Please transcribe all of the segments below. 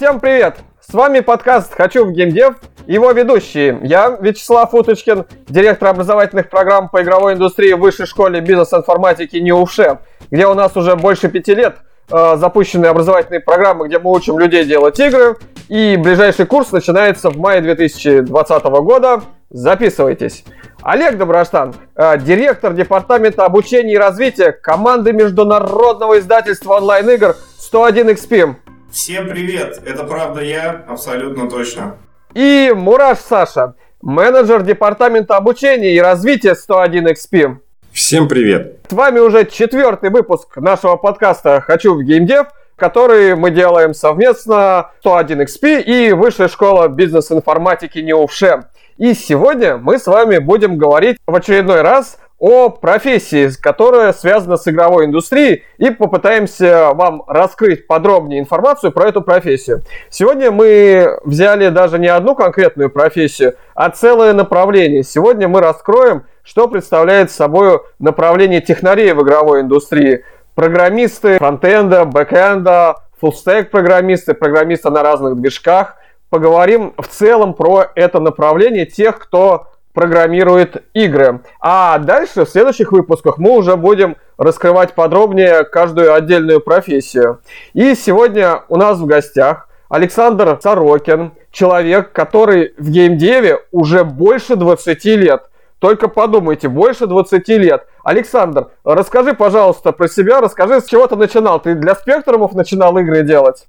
Всем привет! С вами подкаст «Хочу в геймдев», его ведущие. Я, Вячеслав Уточкин, директор образовательных программ по игровой индустрии в Высшей школе бизнес-информатики НИУШЭ, где у нас уже больше 5 лет запущены образовательные программы, где мы учим людей делать игры. И ближайший курс начинается в мае 2020 года. Записывайтесь. Олег Доброштан, директор департамента обучения и развития команды международного издательства онлайн-игр 101XP. Всем привет! Это правда я, абсолютно точно. И Мураш Саша, менеджер департамента обучения и развития 101XP. Всем привет! С вами уже 4-й выпуск нашего подкаста «Хочу в геймдев», который мы делаем совместно 101XP и Высшая школа бизнес-информатики НИУШЭ. И сегодня мы с вами будем говорить в очередной раз о профессии, которая связана с игровой индустрией, и попытаемся вам раскрыть подробнее информацию про эту профессию. Сегодня мы взяли даже не одну конкретную профессию, а целое направление. Сегодня мы раскроем, что представляет собой направление технарей в игровой индустрии. Программисты фронтенда, бэкенда, фуллстек программисты, программисты на разных движках. Поговорим в целом про это направление тех, кто программирует игры. А дальше в следующих выпусках мы уже будем раскрывать подробнее каждую отдельную профессию. И сегодня у нас в гостях Александр Сорокин, человек, который в геймдеве уже больше 20 лет. Только подумайте, больше 20 лет. Александр, расскажи, пожалуйста, про себя, расскажи, с чего ты начинал. Ты для спектрумов начинал игры делать?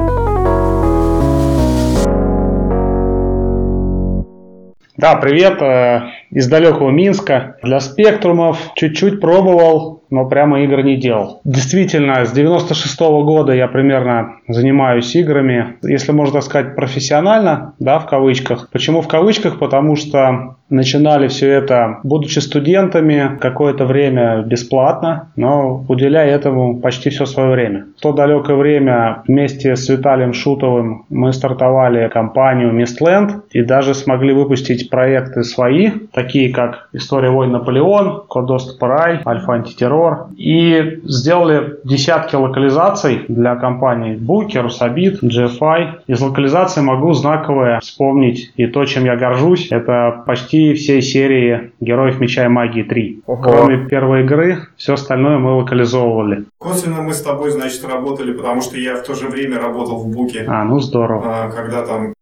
Да, привет из далекого Минска. Для спектрумов чуть-чуть пробовал, но прямо игр не делал. Действительно, с 96-го года я примерно занимаюсь играми, если можно так сказать, профессионально, да, в кавычках. Почему в кавычках? Потому что начинали все это, будучи студентами, какое-то время бесплатно, но уделяя этому почти все свое время. В то далекое время вместе с Виталием Шутовым мы стартовали компанию Mistland и даже смогли выпустить проекты свои, такие как «История войн Наполеон», «Код доступа Рай», «Альфа Антитеррор». И сделали десятки локализаций для компаний Буки, Русабит, GFI. Из локализации могу знаковое вспомнить и то, чем я горжусь, это почти всей серии «Героев Меча и Магии 3». Ого. Кроме первой игры, все остальное мы локализовывали. Косвенно мы с тобой, значит, работали, потому что я в то же время работал в Буке. Ну здорово. Когда там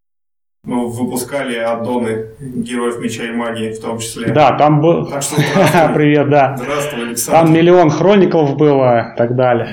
выпускали аддоны Героев Меча и Магии в том числе. Да, там был... Так что здравствуй. Привет, да. Здравствуй, Александр. Там миллион хрониклов было и так далее.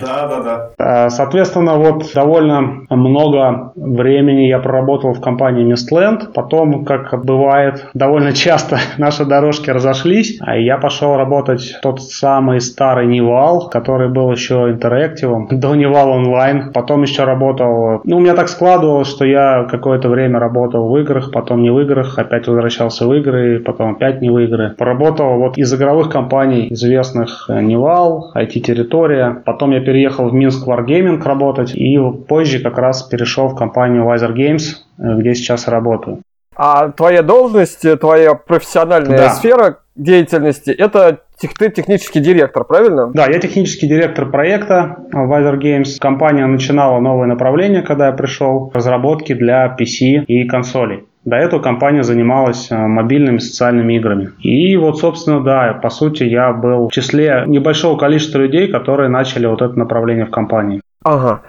Да. Соответственно, вот довольно много времени я проработал в компании Mistland. Потом, как бывает, довольно часто наши дорожки разошлись. А я пошел работать в тот самый старый Nival, который был еще интерактивом, до Nival Online. Потом еще работал... у меня так складывалось, что я какое-то время работал в играх, потом не в играх, опять возвращался в игры, потом опять не в игры. Поработал вот из игровых компаний известных Nival, IT-территория. Потом я переехал в Минск Wargaming работать и позже как раз перешел в компанию Wiser Games, где сейчас работаю. А твоя должность, твоя профессиональная сфера деятельности, это ты технический директор, правильно? Да, я технический директор проекта Wiser Games. Компания начинала новое направление, когда я пришел, разработки для PC и консолей. До этого компания занималась мобильными социальными играми. И вот, собственно, да, по сути, я был в числе небольшого количества людей, которые начали вот это направление в компании. Ага.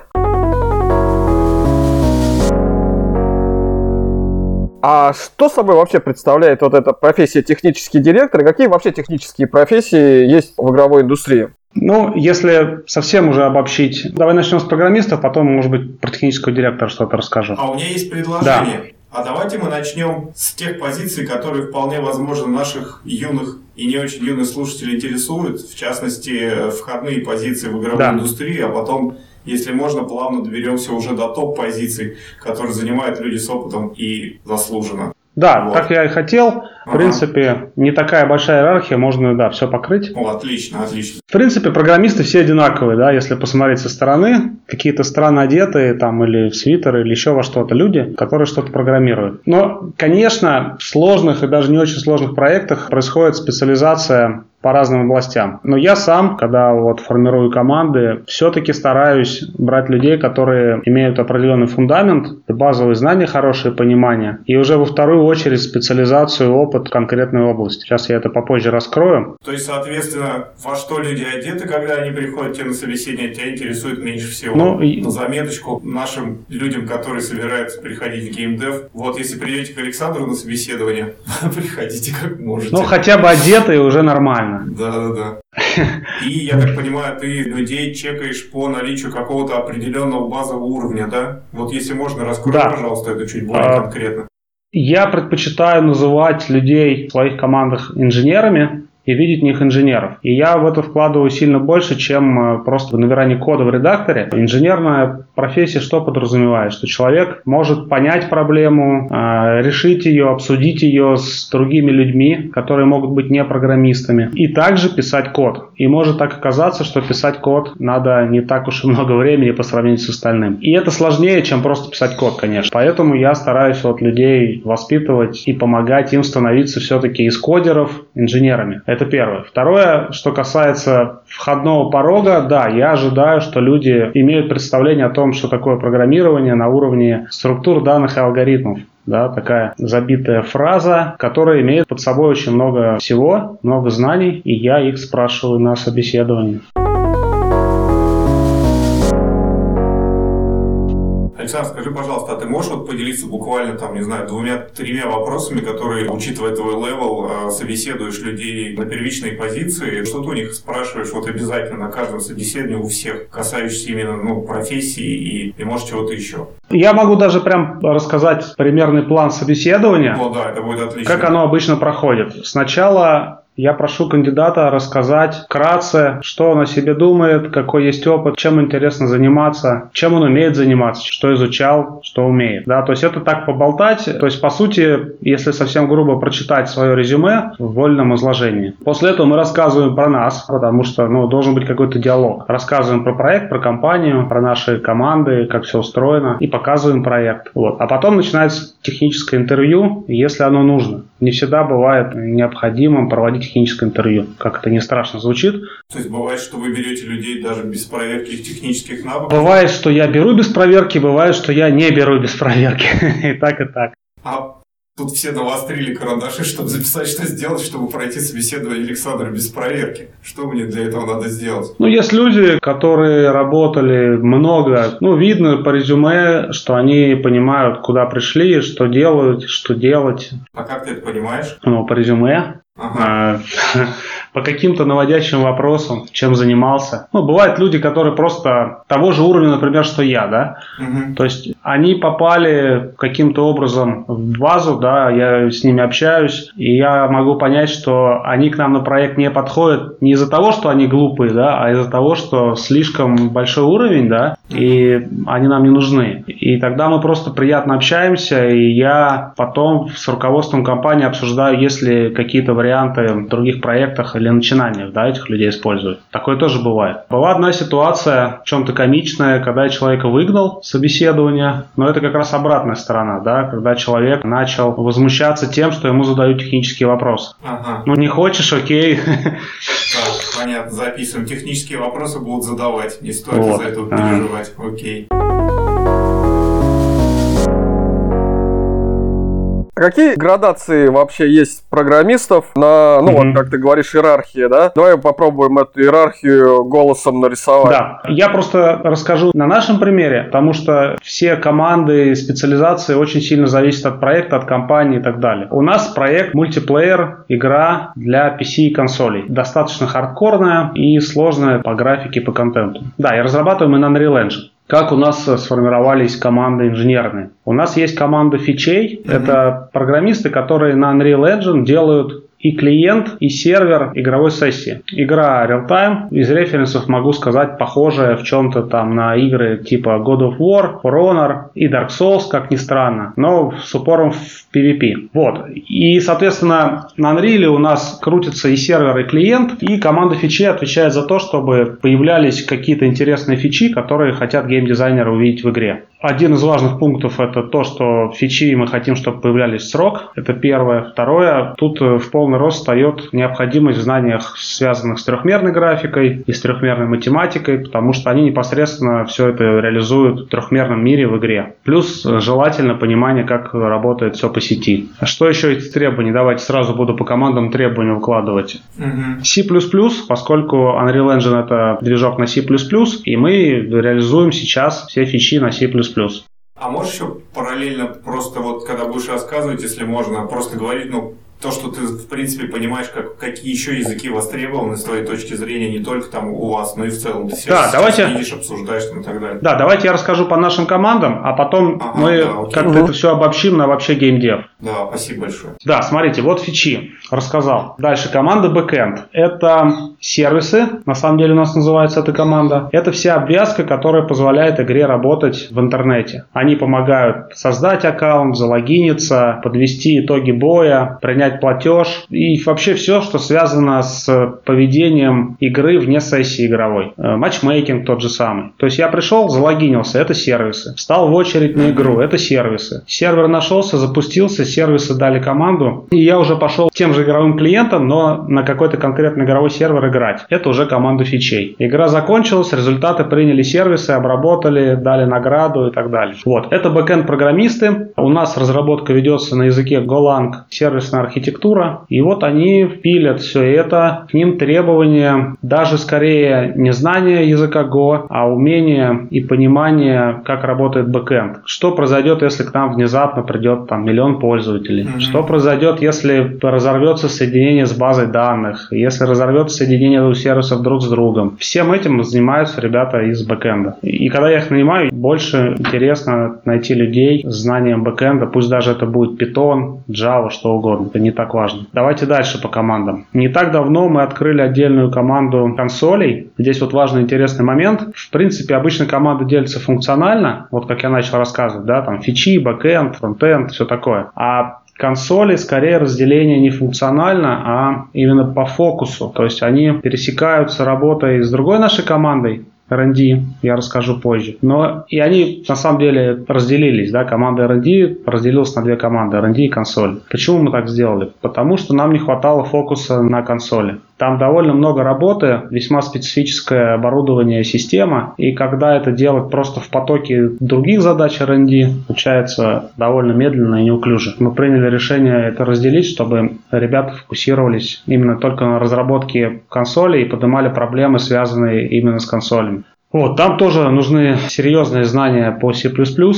А что собой вообще представляет вот эта профессия технический директор? И какие вообще технические профессии есть в игровой индустрии? Если совсем уже обобщить, давай начнем с программистов, потом, может быть, про технического директора что-то расскажу. А у меня есть предложение. Да. А давайте мы начнем с тех позиций, которые вполне возможно наших юных и не очень юных слушателей интересуют, в частности, входные позиции в игровой индустрии, а потом, если можно, плавно доберемся уже до топ-позиций, которые занимают люди с опытом и заслуженно. Да, вот. Как я и хотел. В принципе, не такая большая иерархия, можно, да, все покрыть. О, отлично, отлично. В принципе, программисты все одинаковые, да, если посмотреть со стороны. Какие-то странно одетые, там, или в свитеры, или еще во что-то люди, которые что-то программируют. Но, конечно, в сложных и даже не очень сложных проектах происходит специализация по разным областям. Но я сам, когда вот формирую команды, все-таки стараюсь брать людей, которые имеют определенный фундамент, базовые знания, хорошее понимание, и уже во вторую очередь специализацию, опыт в конкретной области. Сейчас я это попозже раскрою. То есть, соответственно, во что люди одеты, когда они приходят тебе на собеседование, тебя интересует меньше всего. На заметочку нашим людям, которые собираются приходить в геймдев, вот если придете к Александру на собеседование, приходите как можете. Ну, хотя бы одетые уже нормально. Да. И, я так понимаю, ты людей чекаешь по наличию какого-то определенного базового уровня, да? Вот если можно, раскрой, пожалуйста, это чуть более конкретно. Я предпочитаю называть людей в своих командах инженерами и видеть в них инженеров. И я в это вкладываю сильно больше, чем просто набирание кода в редакторе. Инженерная профессия что подразумевает? Что человек может понять проблему, решить ее, обсудить ее с другими людьми, которые могут быть не программистами, и также писать код. И может так оказаться, что писать код надо не так уж и много времени по сравнению с остальным. И это сложнее, чем просто писать код, конечно. Поэтому я стараюсь вот людей воспитывать и помогать им становиться все-таки из кодеров инженерами. Это первое. Второе, что касается входного порога, да, я ожидаю, что люди имеют представление о том, что такое программирование на уровне структур данных и алгоритмов. Да, такая забитая фраза, которая имеет под собой очень много всего, много знаний, и я их спрашиваю на собеседовании. Александр, скажи, пожалуйста, а ты можешь вот поделиться буквально, там, не знаю, 2-3 вопросами, которые, учитывая твой левел, собеседуешь людей на первичной позиции, что ты у них спрашиваешь вот обязательно на каждом собеседовании у всех, касающихся именно профессии и может чего-то еще? Я могу даже прям рассказать примерный план собеседования. О, да, это будет отлично. Как оно обычно проходит. Сначала я прошу кандидата рассказать вкратце, что он о себе думает, какой есть опыт, чем интересно заниматься, чем он умеет заниматься, что изучал, что умеет. Да, то есть это так поболтать. То есть, по сути, если совсем грубо прочитать свое резюме в вольном изложении. После этого мы рассказываем про нас, потому что должен быть какой-то диалог. Рассказываем про проект, про компанию, про наши команды, как все устроено, и показываем проект. Вот. А потом начинается техническое интервью, если оно нужно. Не всегда бывает необходимым проводить техническое интервью. Как это не страшно звучит. То есть бывает, что вы берете людей даже без проверки их технических навыков? Бывает, что я беру без проверки, бывает, что я не беру без проверки. И так, и так. А тут все навострили карандаши, чтобы записать, что сделать, чтобы пройти собеседование Александра без проверки. Что мне для этого надо сделать? Есть люди, которые работали много. Видно по резюме, что они понимают, куда пришли, что делают, что делать. А как ты это понимаешь? По резюме. Ага. По каким-то наводящим вопросам, чем занимался. Бывают люди, которые просто того же уровня, например, что я, да. Угу. То есть они попали каким-то образом в базу, да, я с ними общаюсь, и я могу понять, что они к нам на проект не подходят не из-за того, что они глупые, да, а из-за того, что слишком большой уровень, да, и они нам не нужны. И тогда мы просто приятно общаемся, и я потом с руководством компании обсуждаю, есть ли какие-то варианты в других проектах или начинаниях, да, этих людей используют. Такое тоже бывает. Была одна ситуация, в чем-то комичная, когда я человека выгнал с собеседования, но это как раз обратная сторона, да, когда человек начал возмущаться тем, что ему задают технические вопросы. Ага. Не хочешь, окей. Так, понятно, записываем. Технические вопросы будут задавать, не стоит из-за этого переживать. Окей. Какие градации вообще есть программистов на, вот как ты говоришь, иерархия, да? Давай попробуем эту иерархию голосом нарисовать. Да, я просто расскажу на нашем примере, потому что все команды и специализации очень сильно зависят от проекта, от компании и так далее. У нас проект мультиплеер, игра для PC и консолей. Достаточно хардкорная и сложная по графике, по контенту. Да, и разрабатываем мы на Unreal Engine. Как у нас сформировались команды инженерные? У нас есть команда фичей. Это программисты, которые на Unreal Engine делают и клиент, и сервер игровой сессии. Игра real-time. Из референсов могу сказать похожая в чем-то там на игры типа God of War, For Honor и Dark Souls, как ни странно, но с упором в PvP. Вот. И, соответственно, на Unreal у нас крутится и сервер, и клиент, и команда фичи отвечает за то, чтобы появлялись какие-то интересные фичи, которые хотят геймдизайнеры увидеть в игре. Один из важных пунктов — это то, что фичи мы хотим, чтобы появлялись в срок. Это первое. Второе, тут в полный рост встает необходимость в знаниях, связанных с трехмерной графикой и с трехмерной математикой, потому что они непосредственно все это реализуют в трехмерном мире в игре. Плюс желательно понимание, как работает все по сети. А что еще из требований? Давайте сразу буду по командам требований выкладывать. C++, поскольку Unreal Engine — это движок на C++, и мы реализуем сейчас все фичи на C++. А можешь еще параллельно просто вот когда будешь рассказывать, если можно, просто говорить, то, что ты, в принципе, понимаешь, какие еще языки востребованы с твоей точки зрения, не только там у вас, но и в целом. Ты видишь, обсуждаешь и так далее. Да, давайте я расскажу по нашим командам, а потом мы как-то это все обобщим на вообще геймдев. Да, спасибо большое. Да, смотрите, вот фичи, рассказал. Дальше команда backend. Это сервисы, на самом деле у нас называется эта команда. Это вся обвязка, которая позволяет игре работать в интернете. Они помогают создать аккаунт, залогиниться, подвести итоги боя, принять платеж и вообще все, что связано с поведением игры вне сессии игровой. Матчмейкинг тот же самый. То есть я пришел, залогинился, это сервисы. Встал в очередь на игру, это сервисы. Сервер нашелся, запустился, сервисы дали команду, и я уже пошел тем же игровым клиентом, но на какой-то конкретный игровой сервер играть. Это уже команда фичей. Игра закончилась, результаты приняли сервисы, обработали, дали награду и так далее. Вот, это бэкэнд-программисты. У нас разработка ведется на языке Golang, сервисная архитектура, и вот они пилят все это. К ним требования даже скорее не знание языка Go, а умение и понимание, как работает бэкэнд. Что произойдет, если к нам внезапно придет там миллион пользователей? Что произойдет, если разорвется соединение с базой данных? Если разорвется соединение двух сервисов друг с другом? Всем этим занимаются ребята из бэкэнда. И когда я их нанимаю, больше интересно найти людей с знанием бэкэнда, пусть даже это будет Python, Java, что угодно. Это не так важно. Давайте дальше по командам. Не так давно мы открыли отдельную команду консолей. Здесь вот важный интересный момент. В принципе, обычно команда делится функционально, вот как я начал рассказывать, да, там фичи, бэкэнд, фронтенд, все такое. А консоли скорее разделение не функционально, а именно по фокусу. То есть они пересекаются работой с другой нашей командой, R&D, я расскажу позже. Но и они на самом деле разделились, да, команда R&D разделилась на две команды, R&D и консоль. Почему мы так сделали? Потому что нам не хватало фокуса на консоли. Там довольно много работы, весьма специфическое оборудование, система, и когда это делать просто в потоке других задач R&D, получается довольно медленно и неуклюже. Мы приняли решение это разделить, чтобы ребята фокусировались именно только на разработке консолей и поднимали проблемы, связанные именно с консолями. Вот, там тоже нужны серьезные знания по C++,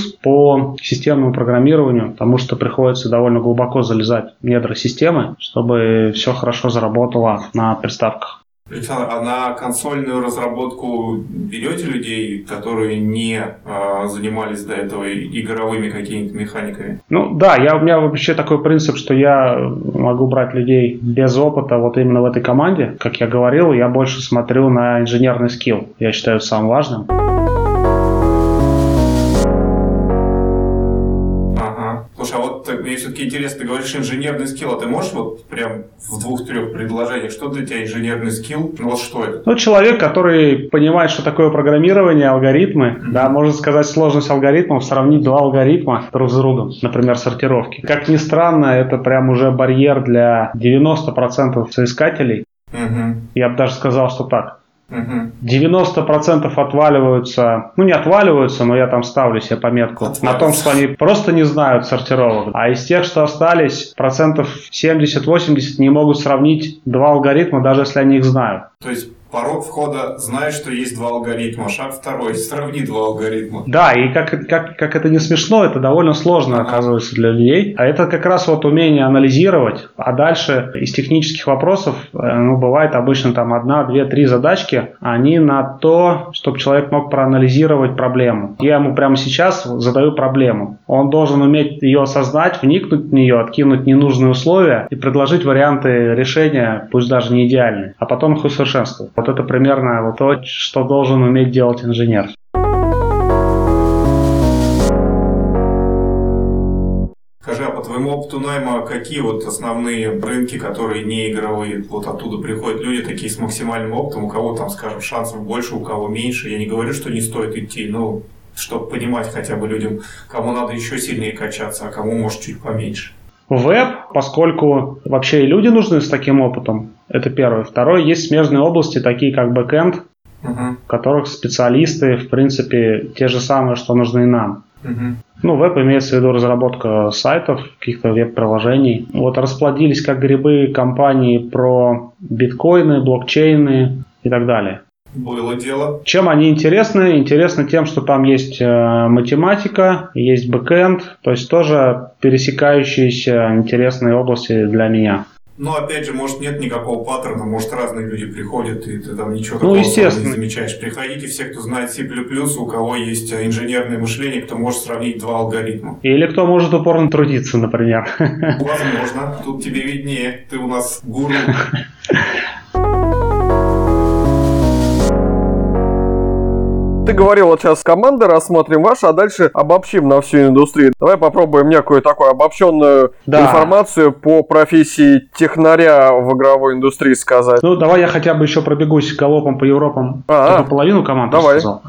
по системному программированию, потому что приходится довольно глубоко залезать в недра системы, чтобы все хорошо заработало на приставках. Александр, а на консольную разработку берете людей, которые не занимались до этого игровыми какими-то механиками? Ну да, у меня вообще такой принцип, что я могу брать людей без опыта вот именно в этой команде. Как я говорил, я больше смотрю на инженерный скилл. Я считаю это самым важным. Слушай, а вот мне все-таки интересно, ты говоришь инженерный скилл, а ты можешь вот прям в 2-3 предложениях, что для тебя инженерный скилл? Вот что это? Ну, человек, который понимает, что такое программирование, алгоритмы, да, можно сказать, сложность алгоритмов, сравнить два алгоритма друг с другом, например, сортировки. Как ни странно, это прям уже барьер для 90% соискателей. Я бы даже сказал, что так. 90% отваливаются, не отваливаются, но я там ставлю себе пометку на том, что они просто не знают сортировок. А из тех, что остались, 70-80% не могут сравнить два алгоритма, даже если они их знают. То есть порог входа, знаешь, что есть два алгоритма. Шаг второй, сравни два алгоритма. Да, и как это не смешно, это довольно сложно, оказывается, для людей. А это как раз вот умение анализировать. А дальше из технических вопросов, бывает обычно там 1, 2, 3 задачки, они на то, чтобы человек мог проанализировать проблему. Я ему прямо сейчас задаю проблему. Он должен уметь ее осознать, вникнуть в нее, откинуть ненужные условия и предложить варианты решения, пусть даже не идеальные, а потом их усовершенствовать. Вот это примерно вот то, что должен уметь делать инженер. Скажи, а по твоему опыту найма, какие вот основные рынки, которые не игровые, вот оттуда приходят люди такие с максимальным опытом, у кого там, скажем, шансов больше, у кого меньше? Я не говорю, что не стоит идти, но чтобы понимать хотя бы людям, кому надо еще сильнее качаться, а кому может чуть поменьше. Веб, поскольку вообще и люди нужны с таким опытом, это первое. Второе, есть смежные области, такие как бэкэнд, в которых специалисты, в принципе, те же самые, что нужны нам. Веб имеется в виду разработка сайтов, каких-то веб-приложений. Вот расплодились как грибы компании про биткоины, блокчейны и так далее. Было дело. Чем они интересны? Интересны тем, что там есть математика, есть бэкэнд, то есть тоже пересекающиеся интересные области для меня. Но опять же, может, нет никакого паттерна, может, разные люди приходят, и ты там ничего такого не замечаешь. Приходите все, кто знает C++, у кого есть инженерное мышление, кто может сравнить два алгоритма. Или кто может упорно трудиться, например. Возможно. Тут тебе виднее. Ты у нас гуру. Ты говорил, вот сейчас команды рассмотрим ваши, а дальше обобщим на всю индустрию. Давай попробуем некую такую обобщенную информацию по профессии технаря в игровой индустрии сказать. Давай я хотя бы еще пробегусь галопом по Европам. Только половину команд сказал.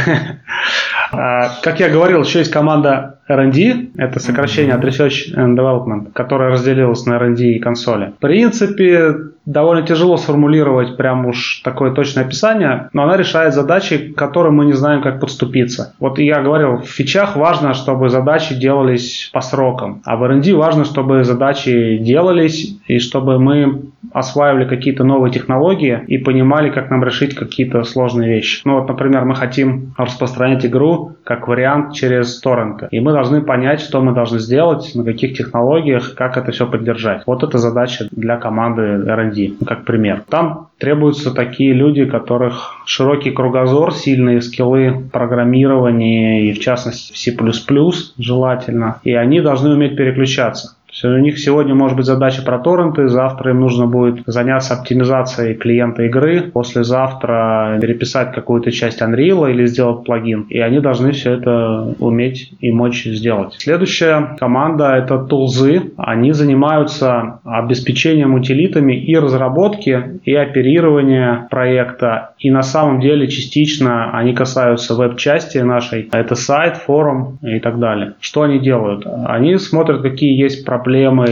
Как я говорил, еще есть команда R&D, это сокращение от Research and Development, которая разделилась на R&D и консоли. В принципе, довольно тяжело сформулировать прям уж такое точное описание, но она решает задачи, к которым мы не знаем, как подступиться. Вот я говорил, в фичах важно, чтобы задачи делались по срокам, а в R&D важно, чтобы задачи делались и чтобы мы осваивали какие-то новые технологии и понимали, как нам решить какие-то сложные вещи. Например, мы хотим распространять игру как вариант через торренты, и мы должны понять, что мы должны сделать, на каких технологиях, как это все поддержать. Вот это задача для команды R&D, как пример. Там требуются такие люди, у которых широкий кругозор, сильные скиллы программирования и, в частности, в C++ желательно, и они должны уметь переключаться. У них сегодня может быть задача про торренты, завтра им нужно будет заняться оптимизацией клиента игры, послезавтра переписать какую-то часть Unreal или сделать плагин. И они должны все это уметь и мочь сделать. Следующая команда — это тулзы. Они занимаются обеспечением утилитами и разработки, и оперирования проекта. И на самом деле частично они касаются веб-части нашей. Это сайт, форум и так далее. Что они делают? Они смотрят, какие есть проблемы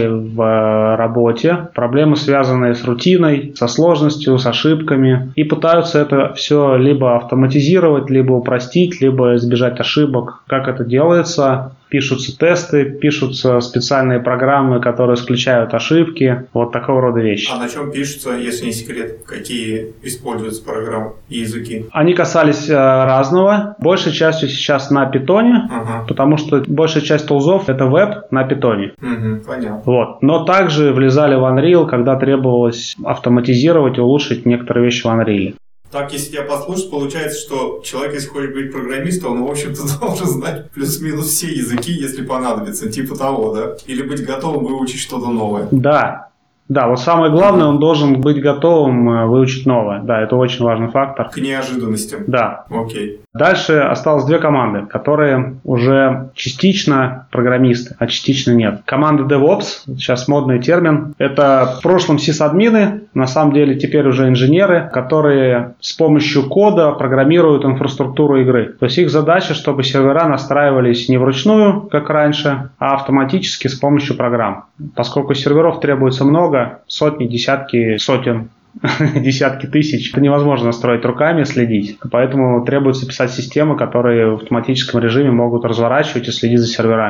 в работе, проблемы, связанные с рутиной, со сложностью, с ошибками, и пытаются это все либо автоматизировать, либо упростить, либо избежать ошибок. Как это делается? Пишутся тесты, пишутся специальные программы, которые исключают ошибки, вот такого рода вещи. А на чем пишутся, если не секрет, какие используются программы и языки? Они касались разного. Большей частью сейчас на питоне, потому что большая часть тулзов — это веб на питоне. Понятно. Вот. Но также влезали в Unreal, когда требовалось автоматизировать и улучшить некоторые вещи в Unreal. Так, если тебя послушать, получается, что человек, если хочет быть программистом, он, в общем-то, должен знать плюс-минус все языки, если понадобится, типа того, да? Или быть готовым выучить что-то новое. Да, вот самое главное, он должен быть готовым выучить новое. Да, это очень важный фактор. К неожиданностям. Да. Окей. Дальше осталось две команды, которые уже частично программисты, а частично нет. Команда DevOps, сейчас модный термин, это в прошлом сисадмины, на самом деле теперь уже инженеры, которые с помощью кода программируют инфраструктуру игры. То есть их задача, чтобы сервера настраивались не вручную, как раньше, а автоматически с помощью программ. Поскольку серверов требуется много, сотни, десятки, сотен, десятки тысяч. Это невозможно настроить руками, следить. Поэтому требуется писать системы, которые в автоматическом режиме могут разворачивать и следить за серверами.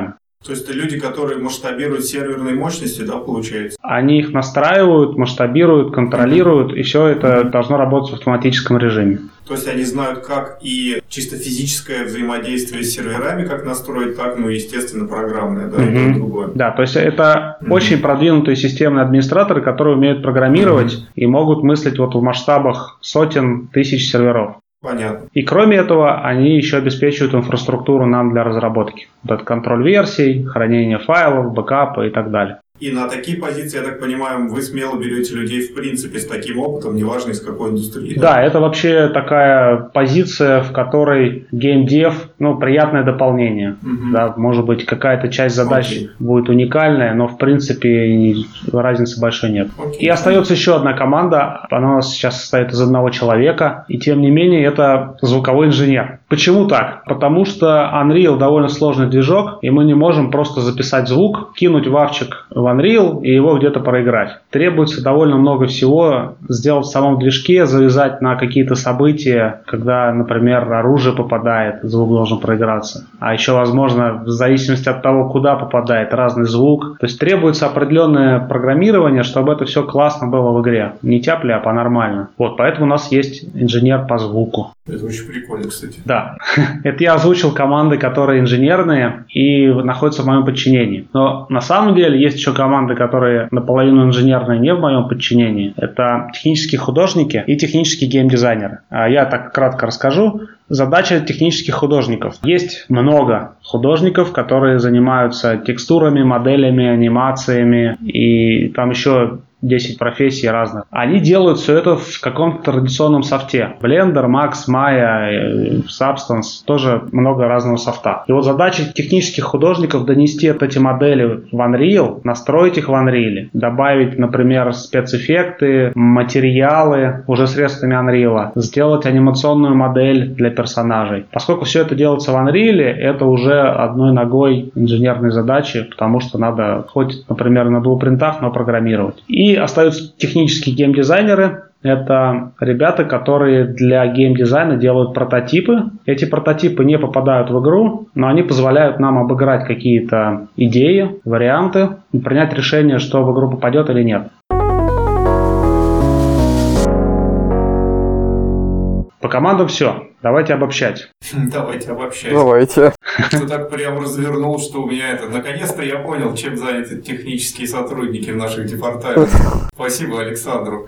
То есть это люди, которые масштабируют серверные мощности, да, получается? Они их настраивают, масштабируют, контролируют, и все это должно работать в автоматическом режиме. То есть они знают, как и чисто физическое взаимодействие с серверами, как настроить, так, ну, естественно, программное, да, и то, другое. Да, то есть это очень продвинутые системные администраторы, которые умеют программировать и могут мыслить вот в масштабах сотен тысяч серверов. Понятно. И кроме этого, они еще обеспечивают инфраструктуру нам для разработки. Вот это контроль версий, хранение файлов, бэкапы и так далее. И на такие позиции, я так понимаю, вы смело берете людей в принципе с таким опытом, неважно из какой индустрии. Да, это вообще такая позиция, в которой геймдев, ну, приятное дополнение. Да, может быть, какая-то часть задач будет уникальная, но в принципе разницы большой нет. И остается еще одна команда, она у нас сейчас состоит из одного человека, и тем не менее это звуковой инженер. Почему так? Потому что Unreal довольно сложный движок, и мы не можем просто записать звук, кинуть варчик в Unreal и его где-то проиграть. Требуется довольно много всего сделать в самом движке, завязать на какие-то события, когда, например, оружие попадает, звук должен проиграться. А еще, возможно, в зависимости от того, куда попадает, разный звук. То есть требуется определенное программирование, чтобы это все классно было в игре. Не тяп-ляп, а нормально. Вот, поэтому у нас есть инженер по звуку. Это очень прикольно, кстати. Да. Это я озвучил команды, которые инженерные и находятся в моем подчинении. Но на самом деле есть еще команды, которые наполовину инженерные, не в моем подчинении. Это технические художники и технические геймдизайнеры. Я так кратко расскажу. Задача технических художников. Есть много художников, которые занимаются текстурами, моделями, анимациями и там еще 10 профессий разных. Они делают все это в каком-то традиционном софте. Blender, Max, Maya, Substance, тоже много разного софта. И вот задача технических художников донести эти модели в Unreal, настроить их в Unreal, добавить, например, спецэффекты, материалы уже средствами Unreal, сделать анимационную модель для персонажей. Поскольку все это делается в Unreal, это уже одной ногой инженерной задачи, потому что надо хоть, например, на двухпринтах, но программировать. И остаются технические геймдизайнеры. Это ребята, которые для геймдизайна делают прототипы. Эти прототипы не попадают в игру, но они позволяют нам обыграть какие-то идеи, варианты и принять решение, что в игру попадет или нет. По командам все. Давайте обобщать. Давайте обобщать. Давайте. Ты так прям развернул, что у меня это... Наконец-то я понял, чем заняты технические сотрудники в наших департаментах. Спасибо Александру.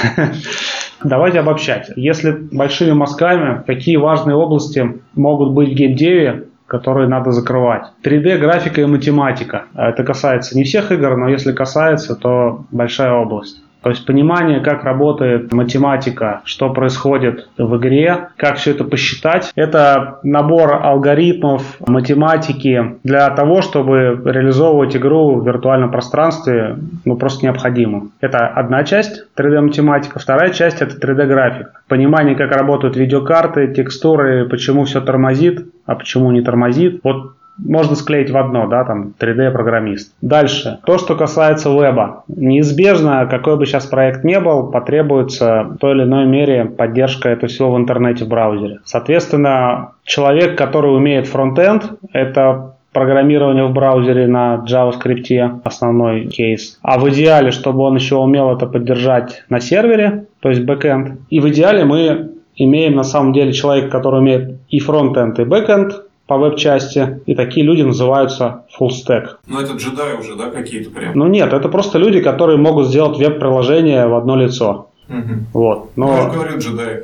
Давайте обобщать. Если большими мазками, какие важные области могут быть в геймдеве, которые надо закрывать? 3D, графика и математика. Это касается не всех игр, но если касается, то большая область. То есть понимание, как работает математика, что происходит в игре, как все это посчитать. Это набор алгоритмов, математики для того, чтобы реализовывать игру в виртуальном пространстве, просто необходимо. Это одна часть 3D-математика, вторая часть это 3D-графика. Понимание, как работают видеокарты, текстуры, почему все тормозит, а почему не тормозит. Вот можно склеить в одно, да, там 3D-программист. Дальше. То, что касается веба. Неизбежно, какой бы сейчас проект ни был, потребуется в той или иной мере поддержка этого всего в интернете, в браузере. Соответственно, человек, который умеет фронтенд, это программирование в браузере на JavaScript, основной кейс. А в идеале, чтобы он еще умел это поддержать на сервере, то есть бэкэнд. И в идеале мы имеем на самом деле человека, который умеет и фронтенд, и бэкэнд по веб-части, и такие люди называются full stack. Ну это джедаи уже, да, какие-то прям? Ну нет, это просто люди, которые могут сделать веб-приложение в одно лицо. Вот. Но... Я же говорю джедаи.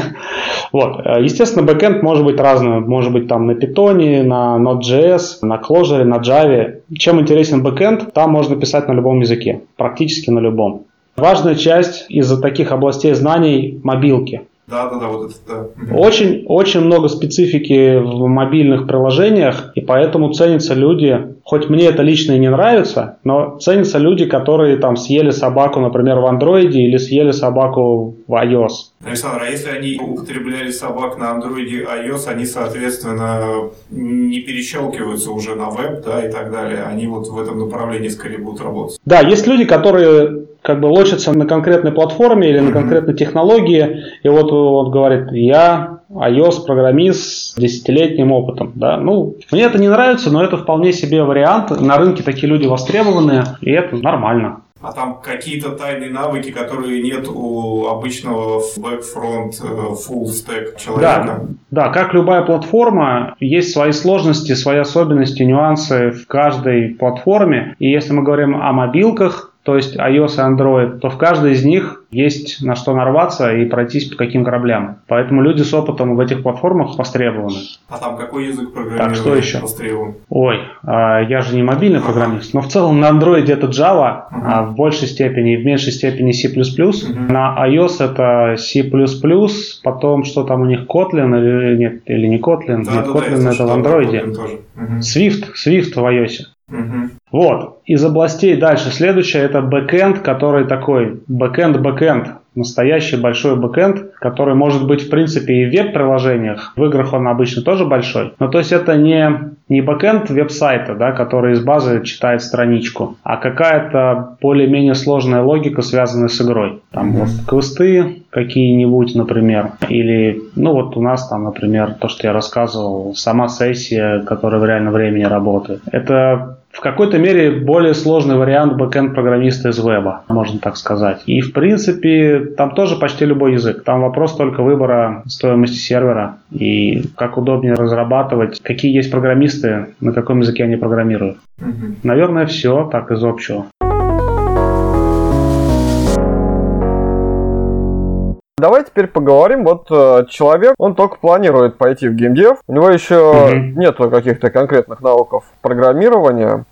Вот. Естественно, бэкэнд может быть разным. Может быть там на Python, на Node.js, на Clojure, на Java. Чем интересен бэкэнд, там можно писать на любом языке. Практически на любом. Важная часть из таких областей знаний – мобилки. Да, вот это да. Очень много специфики в мобильных приложениях, и поэтому ценятся люди, хоть мне это лично и не нравится, но ценятся люди, которые там съели собаку, например, в Android или съели собаку в iOS. Александр, а если они употребляли собак на Android и iOS, они, соответственно, не перещелкиваются уже на веб, да, и так далее, они вот в этом направлении скорее будут работать? Да, есть люди, которые как бы лочится на конкретной платформе или на конкретной технологии. И вот он говорит, я iOS-программист с 10-летним опытом. Да? Ну, мне это не нравится, но это вполне себе вариант. На рынке такие люди востребованные, и это нормально. А там какие-то тайные навыки, которые нет у обычного бэкфронт, full stack человека? Да, как любая платформа, есть свои сложности, свои особенности, нюансы в каждой платформе. И если мы говорим о мобилках, то есть iOS и Android, то в каждой из них есть на что нарваться и пройтись по каким граблям. Поэтому люди с опытом в этих платформах востребованы. А там какой язык программирования что еще? востребован? Ой, я же не мобильный программист, но в целом на Android это Java, а в большей степени и в меньшей степени C++. На iOS это C++, потом что там у них, Kotlin или нет, или не Kotlin? Нет, Kotlin это в Android. Swift в iOS. Вот. Из областей дальше следующее это бэкэнд, который такой бэкэнд. Настоящий большой бэкэнд, который может быть в принципе и в веб-приложениях. В играх он обычно тоже большой. Но то есть это не бэкэнд веб-сайта, да, который из базы читает страничку, а какая-то более-менее сложная логика, связанная с игрой. Там вот квесты какие-нибудь, например. Или, ну вот у нас там, например, то, что я рассказывал, сама сессия, которая в реальном времени работает. Это в какой-то мере более сложный вариант бэкэнд-программиста из веба, можно так сказать. И, в принципе, там тоже почти любой язык. Там вопрос только выбора стоимости сервера и как удобнее разрабатывать, какие есть программисты, на каком языке они программируют. Наверное, все так из общего. Давай теперь поговорим. Вот человек, он только планирует пойти в геймдев. У него еще нет каких-то конкретных навыков программирования,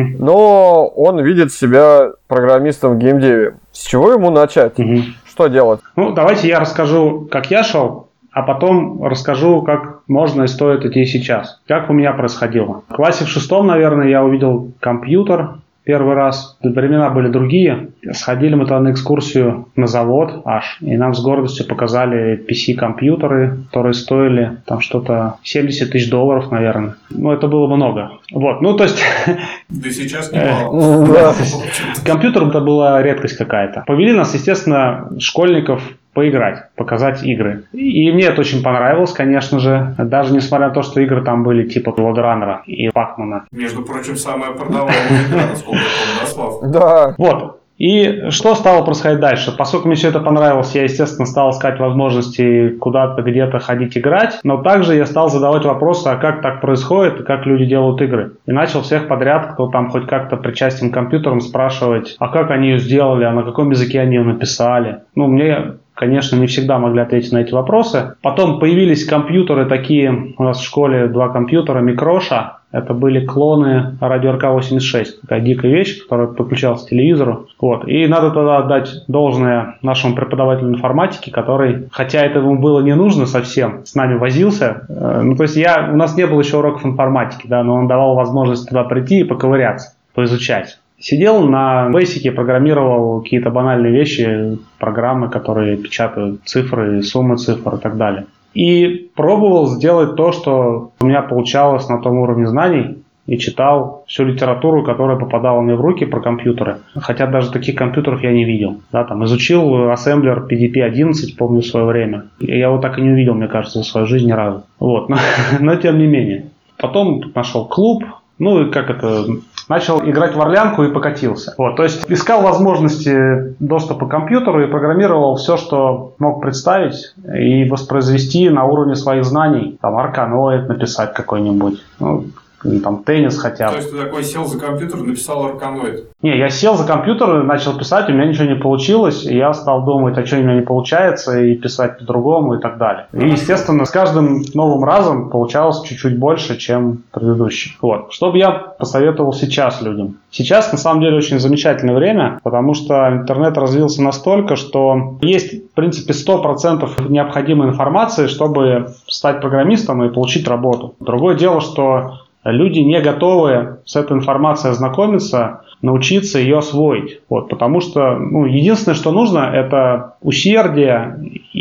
но он видит себя программистом в геймдеве. С чего ему начать? Что делать? Ну, давайте я расскажу, как я шел, а потом расскажу, как можно и стоит идти сейчас. Как у меня происходило. В классе в 6, наверное, я увидел компьютер. Первый раз. Времена были другие. Сходили мы тогда на экскурсию на завод аж. И нам с гордостью показали PC-компьютеры, которые стоили там что-то $70 тысяч, наверное. Ну, это было много. Вот, ну, то есть... Да сейчас немало. Компьютер это была редкость какая-то. Повели нас, естественно, школьников поиграть, показать игры. И мне это очень понравилось, конечно же. Даже несмотря на то, что игры там были типа Bloodrunner и Пакмана. Между прочим, самая продаваемая игра, насколько я помню, да, Слав? Да. Вот. И что стало происходить дальше? Поскольку мне все это понравилось, я, естественно, стал искать возможности куда-то, где-то ходить играть. Но также я стал задавать вопросы, а как так происходит, как люди делают игры. И начал всех подряд, кто там хоть как-то причастен к компьютерам, спрашивать, а как они ее сделали, а на каком языке они ее написали. Ну, мне... Конечно, не всегда могли ответить на эти вопросы. Потом появились компьютеры такие, у нас в школе 2 компьютера, Микроша. Это были клоны радио РК-86. Такая дикая вещь, которая подключалась к телевизору. Вот. И надо тогда отдать должное нашему преподавателю информатики, который, хотя это ему было не нужно совсем, с нами возился. Ну, то есть у нас не было еще уроков информатики, да, но он давал возможность туда прийти и поковыряться, поизучать. Сидел на Basic, программировал какие-то банальные вещи, программы, которые печатают цифры, суммы цифр и так далее. И пробовал сделать то, что у меня получалось на том уровне знаний, и читал всю литературу, которая попадала мне в руки про компьютеры. Хотя даже таких компьютеров я не видел. Да, там, изучил ассемблер PDP-11, помню, в свое время. Я его так и не увидел, мне кажется, за свою жизнь ни разу. Вот. Но тем не менее. Потом нашел клуб. Ну и начал играть в Орлянку и покатился. Вот, то есть искал возможности доступа к компьютеру и программировал все, что мог представить и воспроизвести на уровне своих знаний. Там Арканоид написать какой-нибудь. Ну, там теннис хотя бы. То есть ты такой сел за компьютер и написал Арканоид? Не, я сел за компьютер и начал писать, у меня ничего не получилось, и я стал думать, а что у меня не получается, и писать по-другому и так далее. И, естественно, с каждым новым разом получалось чуть-чуть больше, чем предыдущий. Вот. Что бы я посоветовал сейчас людям? Сейчас, на самом деле, очень замечательное время, потому что интернет развился настолько, что есть, в принципе, 100% необходимой информации, чтобы стать программистом и получить работу. Другое дело, что люди не готовы с этой информацией ознакомиться, научиться ее освоить. Вот, потому что единственное, что нужно, это усердие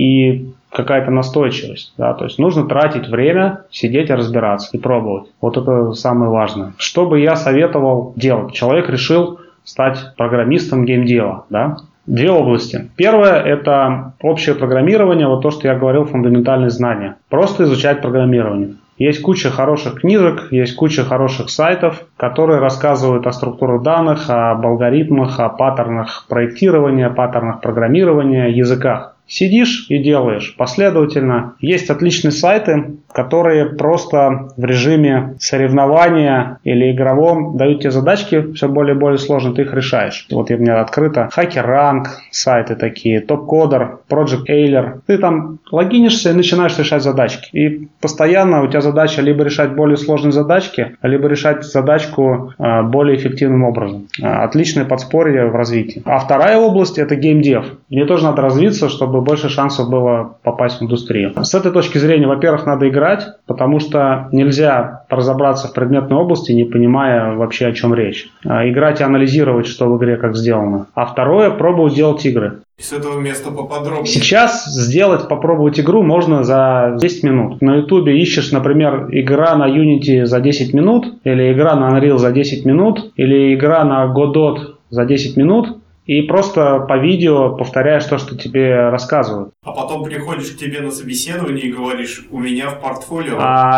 и какая-то настойчивость. Да? То есть нужно тратить время, сидеть и разбираться, и пробовать. Вот это самое важное. Что бы я советовал делать? Человек решил стать программистом геймдева, да? Две области. Первое – это общее программирование, вот то, что я говорил, фундаментальные знания. Просто изучать программирование. Есть куча хороших книжек, есть куча хороших сайтов, которые рассказывают о структурах данных, об алгоритмах, о паттернах проектирования, паттернах программирования, языках. Сидишь и делаешь последовательно. Есть отличные сайты, которые просто в режиме соревнования или игровом дают тебе задачки все более и более сложные, ты их решаешь. Вот у меня открыто HackerRank, сайты такие, TopCoder, Project Euler. Ты там логинишься и начинаешь решать задачки. И постоянно у тебя задача либо решать более сложные задачки, либо решать задачку более эффективным образом. Отличное подспорье в развитии. А вторая область – это геймдев. Мне тоже надо развиться, чтобы больше шансов было попасть в индустрию. С этой точки зрения, во-первых, надо играть, потому что нельзя разобраться в предметной области, не понимая вообще, о чем речь. Играть и анализировать, что в игре как сделано. А второе, пробовать делать игры. С этого места поподробнее. Сейчас попробовать игру можно за 10 минут. На YouTube ищешь, например, игра на Unity за 10 минут, или игра на Unreal за 10 минут, или игра на Godot за 10 минут, и просто по видео повторяешь то, что тебе рассказывают. А потом приходишь к тебе на собеседование и говоришь, у меня в портфолио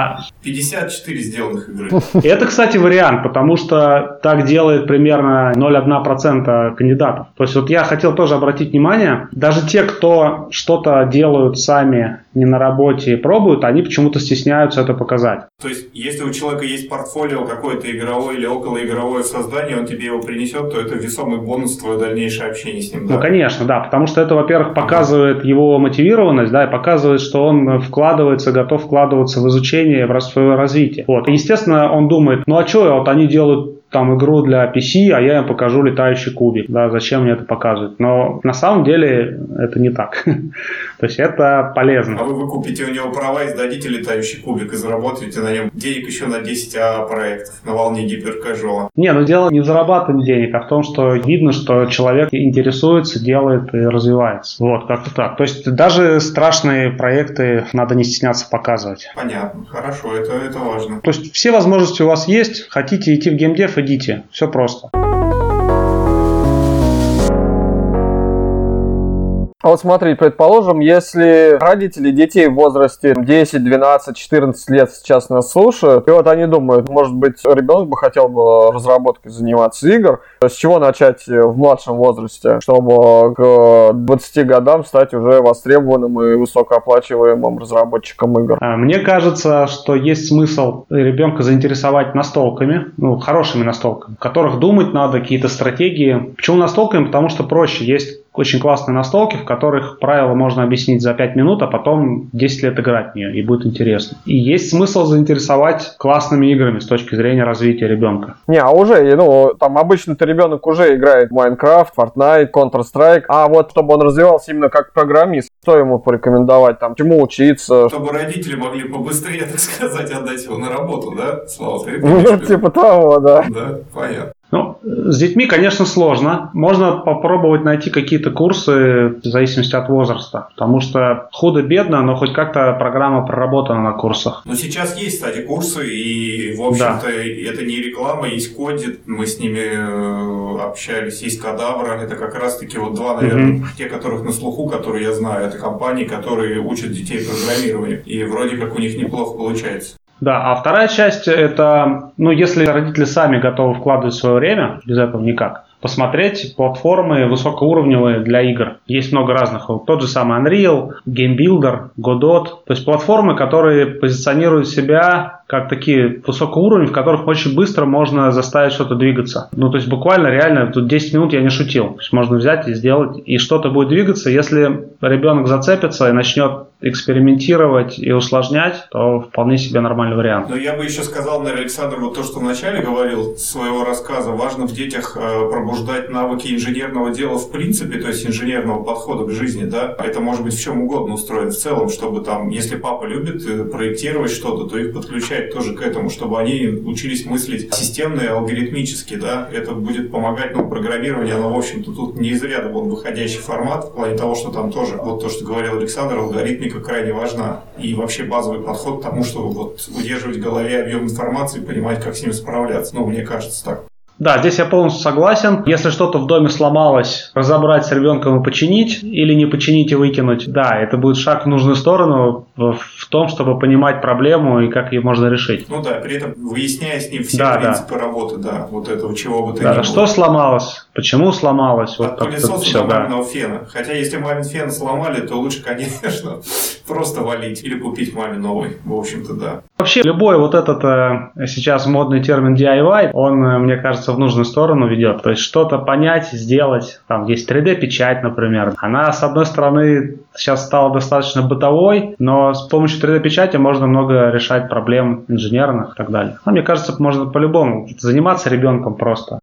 54 сделанных игры. Это, кстати, вариант, потому что так делает примерно 0,1% кандидатов. То есть вот я хотел тоже обратить внимание, даже те, кто что-то делают сами не на работе и пробуют, они почему-то стесняются это показать. То есть, если у человека есть портфолио какое-то игровое или околоигровое создание, он тебе его принесет, то это весомый бонус в твое дальнейшее общение с ним, да? Ну, конечно, да, потому что это, во-первых, показывает его мотивированность, да, и показывает, что он вкладывается, готов вкладываться в изучение, в свое развитие. Вот. И, естественно, он думает, ну а что, вот они делают там игру для PC, а я им покажу летающий кубик. Да, зачем мне это показывать? Но на самом деле это не так. То есть это полезно. А вы выкупите у него права и сдадите летающий кубик и заработаете на нем денег еще на 10 проектов на волне гиперкэжуала. Не, ну дело не в зарабатывании денег, а в том, что видно, что человек интересуется, делает и развивается. Вот, как-то так. То есть даже страшные проекты надо не стесняться показывать. Понятно. Хорошо, это важно. То есть все возможности у вас есть. Хотите идти в геймдев, идите. Все просто. А вот смотри, предположим, если родители детей в возрасте 10, 12, 14 лет сейчас нас слушают, и вот они думают, может быть, ребенок бы хотел бы разработкой заниматься игр, с чего начать в младшем возрасте, чтобы к 20 годам стать уже востребованным и высокооплачиваемым разработчиком игр? Мне кажется, что есть смысл ребенка заинтересовать настолками, хорошими настолками, в которых думать надо, какие-то стратегии. Почему настолками? Потому что проще. Есть очень классные настолки, в которых правила можно объяснить за 5 минут, а потом 10 лет играть в нее, и будет интересно. И есть смысл заинтересовать классными играми с точки зрения развития ребенка. Там обычно-то ребенок уже играет в Minecraft, Fortnite, Counter-Strike, а вот чтобы он развивался именно как программист, что ему порекомендовать, чему учиться? Чтобы родители могли побыстрее, так сказать, отдать его на работу, да, Слава? Типа того, да. Да, понятно. С детьми, конечно, сложно. Можно попробовать найти какие-то курсы в зависимости от возраста. Потому что худо-бедно, но хоть как-то программа проработана на курсах. Но сейчас есть, кстати, курсы, и, в общем-то, это не реклама, есть Кодит, мы с ними общались, есть Кадавра, это как раз-таки вот два, наверное, те, которых на слуху, которые я знаю, это компании, которые учат детей программированию, и вроде как у них неплохо получается. Да, а вторая часть это, если родители сами готовы вкладывать свое время, без этого никак, посмотреть платформы высокоуровневые для игр. Есть много разных. Тот же самый Unreal, Game Builder, Godot. То есть платформы, которые позиционируют себя как такие высокоуровневые, в которых очень быстро можно заставить что-то двигаться. То есть буквально реально, тут 10 минут я не шутил. То есть можно взять и сделать, и что-то будет двигаться. Если ребенок зацепится и начнет экспериментировать и усложнять, то вполне себе нормальный вариант. Но я бы еще сказал, наверное, Александр, вот то, что вначале говорил своего рассказа, важно в детях пробуждать навыки инженерного дела в принципе, то есть инженерного подхода к жизни, да. Это может быть в чем угодно устроено в целом, чтобы если папа любит проектировать что-то, то их подключать тоже к этому, чтобы они учились мыслить системно и алгоритмически, да. Это будет помогать, программированию, оно, в общем-то, тут не из ряда выходящий формат, в плане того, что там тоже, вот то, что говорил Александр, алгоритмика крайне важна. И вообще базовый подход к тому, чтобы удерживать в голове объем информации и понимать, как с ним справляться. Мне кажется так. Да, здесь я полностью согласен. Если что-то в доме сломалось, разобрать с ребенком и починить, или не починить и выкинуть, да, это будет шаг в нужную сторону в том, чтобы понимать проблему и как ее можно решить. Ну да, при этом выясняя с ним все принципы работы, да, вот этого чего бы то ни было. Что сломалось, почему сломалось. От пылесоса до маминого фена. Хотя если мамин фен сломали, то лучше, конечно, просто валить или купить маме новый, в общем-то, да. Вообще, любой вот этот сейчас модный термин DIY, он, мне кажется, в нужную сторону ведет. То есть что-то понять, сделать. Там есть 3D-печать, например. Она, с одной стороны, сейчас стала достаточно бытовой, но с помощью 3D-печати можно много решать проблем инженерных и так далее. Но, мне кажется, можно по-любому заниматься ребенком просто.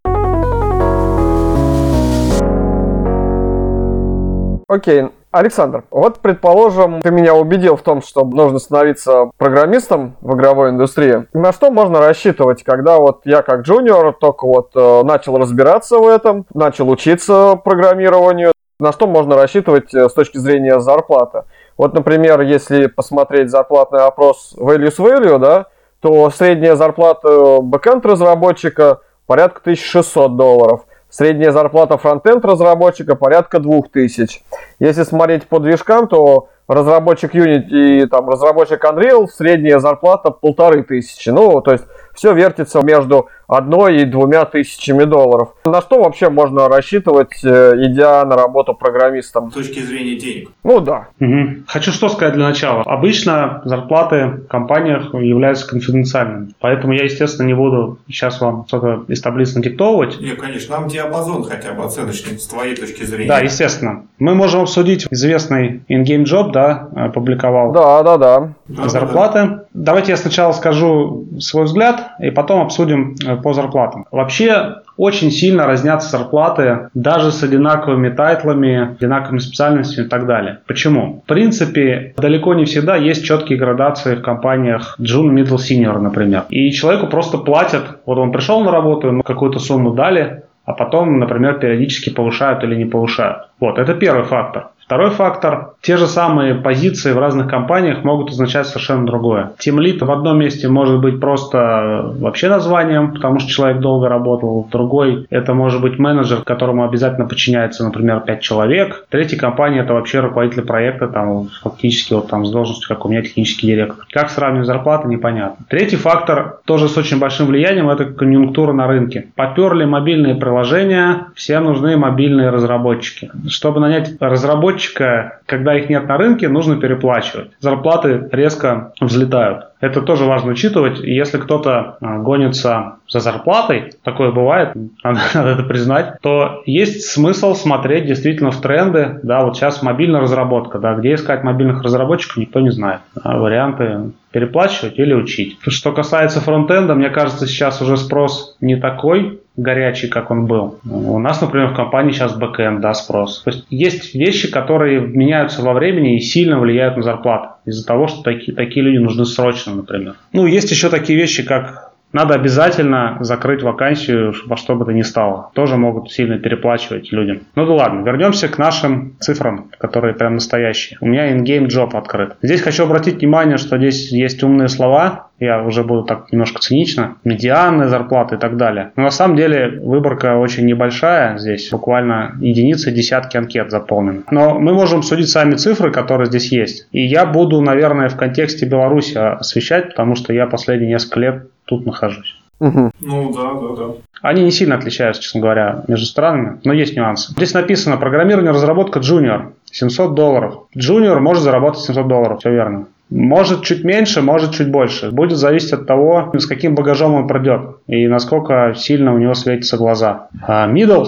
Окей. Александр, вот, предположим, ты меня убедил в том, что нужно становиться программистом в игровой индустрии. На что можно рассчитывать, когда вот я как джуниор только вот начал разбираться в этом, начал учиться программированию? На что можно рассчитывать с точки зрения зарплаты? Вот, например, если посмотреть зарплатный опрос Values, да, то средняя зарплата бэкэнд-разработчика порядка $1600. Средняя зарплата фронтенд разработчика порядка 2000. Если смотреть по движкам, то разработчик Unity и там разработчик Unreal средняя зарплата $1500. Ну, то есть все вертится между 1 и 2 тысячами долларов. На что вообще можно рассчитывать, идя на работу программистом? С точки зрения денег. Ну да. Хочу что сказать для начала. Обычно зарплаты в компаниях являются конфиденциальными. Поэтому я, естественно, не буду сейчас вам что-то из таблиц надиктовывать. Нет, конечно, нам диапазон хотя бы оценочный с твоей точки зрения. Да, естественно. Мы можем обсудить известный InGame Job, да, опубликовал. Да. Зарплаты. Давайте я сначала скажу свой взгляд, и потом обсудим по зарплатам. Вообще очень сильно разнятся зарплаты даже с одинаковыми тайтлами, одинаковыми специальностями и так далее. Почему? В принципе, далеко не всегда есть четкие градации в компаниях Junior, Middle, Senior, например. И человеку просто платят, вот он пришел на работу, ему какую-то сумму дали, а потом, например, периодически повышают или не повышают. Вот, это первый фактор. Второй фактор. Те же самые позиции в разных компаниях могут означать совершенно другое. Тимлид в одном месте может быть просто вообще названием, потому что человек долго работал. В другой это может быть менеджер, которому обязательно подчиняется, например, 5 человек. В третьей компании это вообще руководитель проекта, там, фактически вот, там, с должностью, как у меня, технический директор. Как сравнивать зарплаты, непонятно. Третий фактор, тоже с очень большим влиянием, это конъюнктура на рынке. Поперли мобильные приложения, всем нужны мобильные разработчики. Чтобы нанять разработчика, когда их нет на рынке, нужно переплачивать. Зарплаты резко взлетают. Это тоже важно учитывать. И если кто-то гонится за зарплатой, такое бывает, надо это признать, то есть смысл смотреть действительно в тренды. Да, вот сейчас мобильная разработка, да, где искать мобильных разработчиков, никто не знает. Варианты переплачивать или учить. Что касается фронтенда, мне кажется, сейчас уже спрос не такой горячий, как он был. У нас, например, в компании сейчас бэкэнд, да, спрос. То есть вещи, которые меняются во времени и сильно влияют на зарплату. Из-за того, что такие люди нужны срочно, например. Ну, есть еще такие вещи, как надо обязательно закрыть вакансию во что бы то ни стало. Тоже могут сильно переплачивать людям. Ну да ладно, вернемся к нашим цифрам, которые прям настоящие. У меня InGame Job открыт. Здесь хочу обратить внимание, что здесь есть умные слова. Я уже буду так немножко цинично. Медианные зарплаты и так далее. Но на самом деле выборка очень небольшая. Здесь буквально единицы, десятки анкет заполнены. Но мы можем судить сами цифры, которые здесь есть. И я буду, наверное, в контексте Беларуси освещать, потому что я последние несколько лет тут нахожусь. Угу. Ну да. Они не сильно отличаются, честно говоря, между странами, но есть нюансы. Здесь написано программирование, разработка Junior $700. Junior может заработать $700, все верно. Может чуть меньше, может чуть больше. Будет зависеть от того, с каким багажом он придет и насколько сильно у него светятся глаза. Middle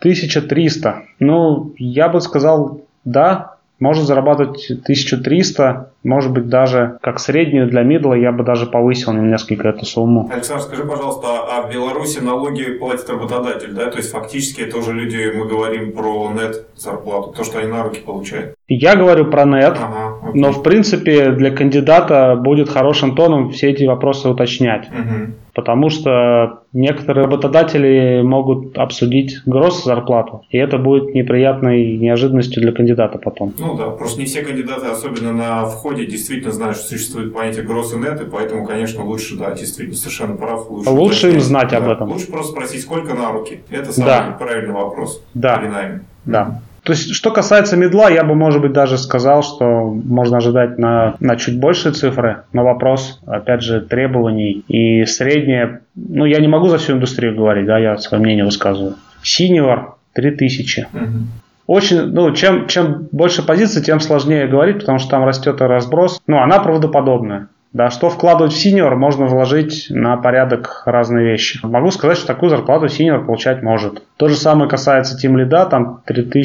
1300. Ну, я бы сказал, да. Может зарабатывать 1300, может быть даже как среднюю для мидла я бы даже повысил несколько эту сумму. Александр, скажи, пожалуйста, а в Беларуси налоги платит работодатель, да? То есть фактически это уже люди, мы говорим про нет зарплату, то, что они на руки получают. Я говорю про нет, но в принципе для кандидата будет хорошим тоном все эти вопросы уточнять. потому что некоторые работодатели могут обсудить зарплату, и это будет неприятной неожиданностью для кандидата потом. Ну да, просто не все кандидаты, особенно на входе, действительно знают, что существует понятие gross и net, и поэтому, конечно, лучше, да, действительно, совершенно прав. Лучше им знать об этом. Лучше просто спросить, сколько на руки. Это самый правильный вопрос. Да. Да. То есть, что касается мидла, я бы, может быть, даже сказал, что можно ожидать на чуть большие цифры, но вопрос, опять же, требований. И среднее, я не могу за всю индустрию говорить, да, я свое мнение высказываю. Senior 3000. Очень, чем больше позиций, тем сложнее говорить, потому что там растет разброс. Она правдоподобная. Да, что вкладывать в синьор, можно вложить на порядок разные вещи. Могу сказать, что такую зарплату синьор получать может. То же самое касается тимлида, там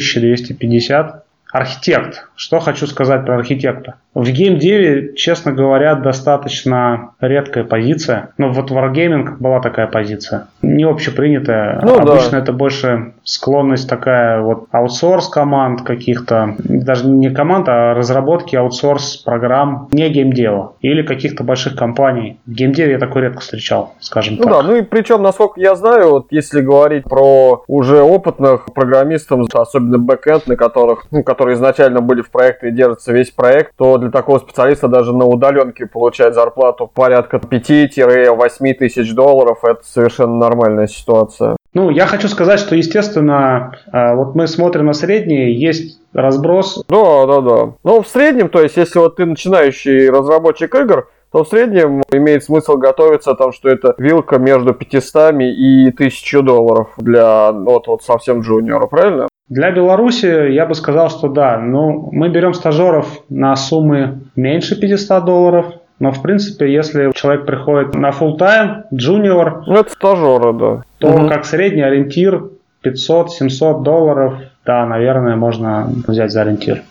3250. Архитект. Что хочу сказать про архитекта. В геймдеве, честно говоря, достаточно редкая позиция. Вот в Wargaming была такая позиция. Не общепринятая. Обычно это больше склонность такая, аутсорс команд каких-то. Даже не команд, а разработки аутсорс программ не геймдева. Или каких-то больших компаний. В геймдеве я такой редко встречал, скажем так. И причем, насколько я знаю, если говорить про уже опытных программистов, особенно бэкэнд, на которые изначально были в проекте и держится весь проект, то для такого специалиста даже на удаленке получать зарплату порядка 5-8 тысяч долларов – это совершенно нормальная ситуация. Я хочу сказать, что, естественно, мы смотрим на средние, есть разброс. Да. В среднем, то есть, если ты начинающий разработчик игр, то в среднем имеет смысл готовиться, что это вилка между 500 и 1000 долларов для совсем джуниора, правильно? Для Беларуси я бы сказал, что да. Мы берем стажеров на суммы меньше 500 долларов. Но, в принципе, если человек приходит на full-time, junior, это стажеры, да. То как средний ориентир 500-700 долларов, да, наверное, можно взять за ориентир.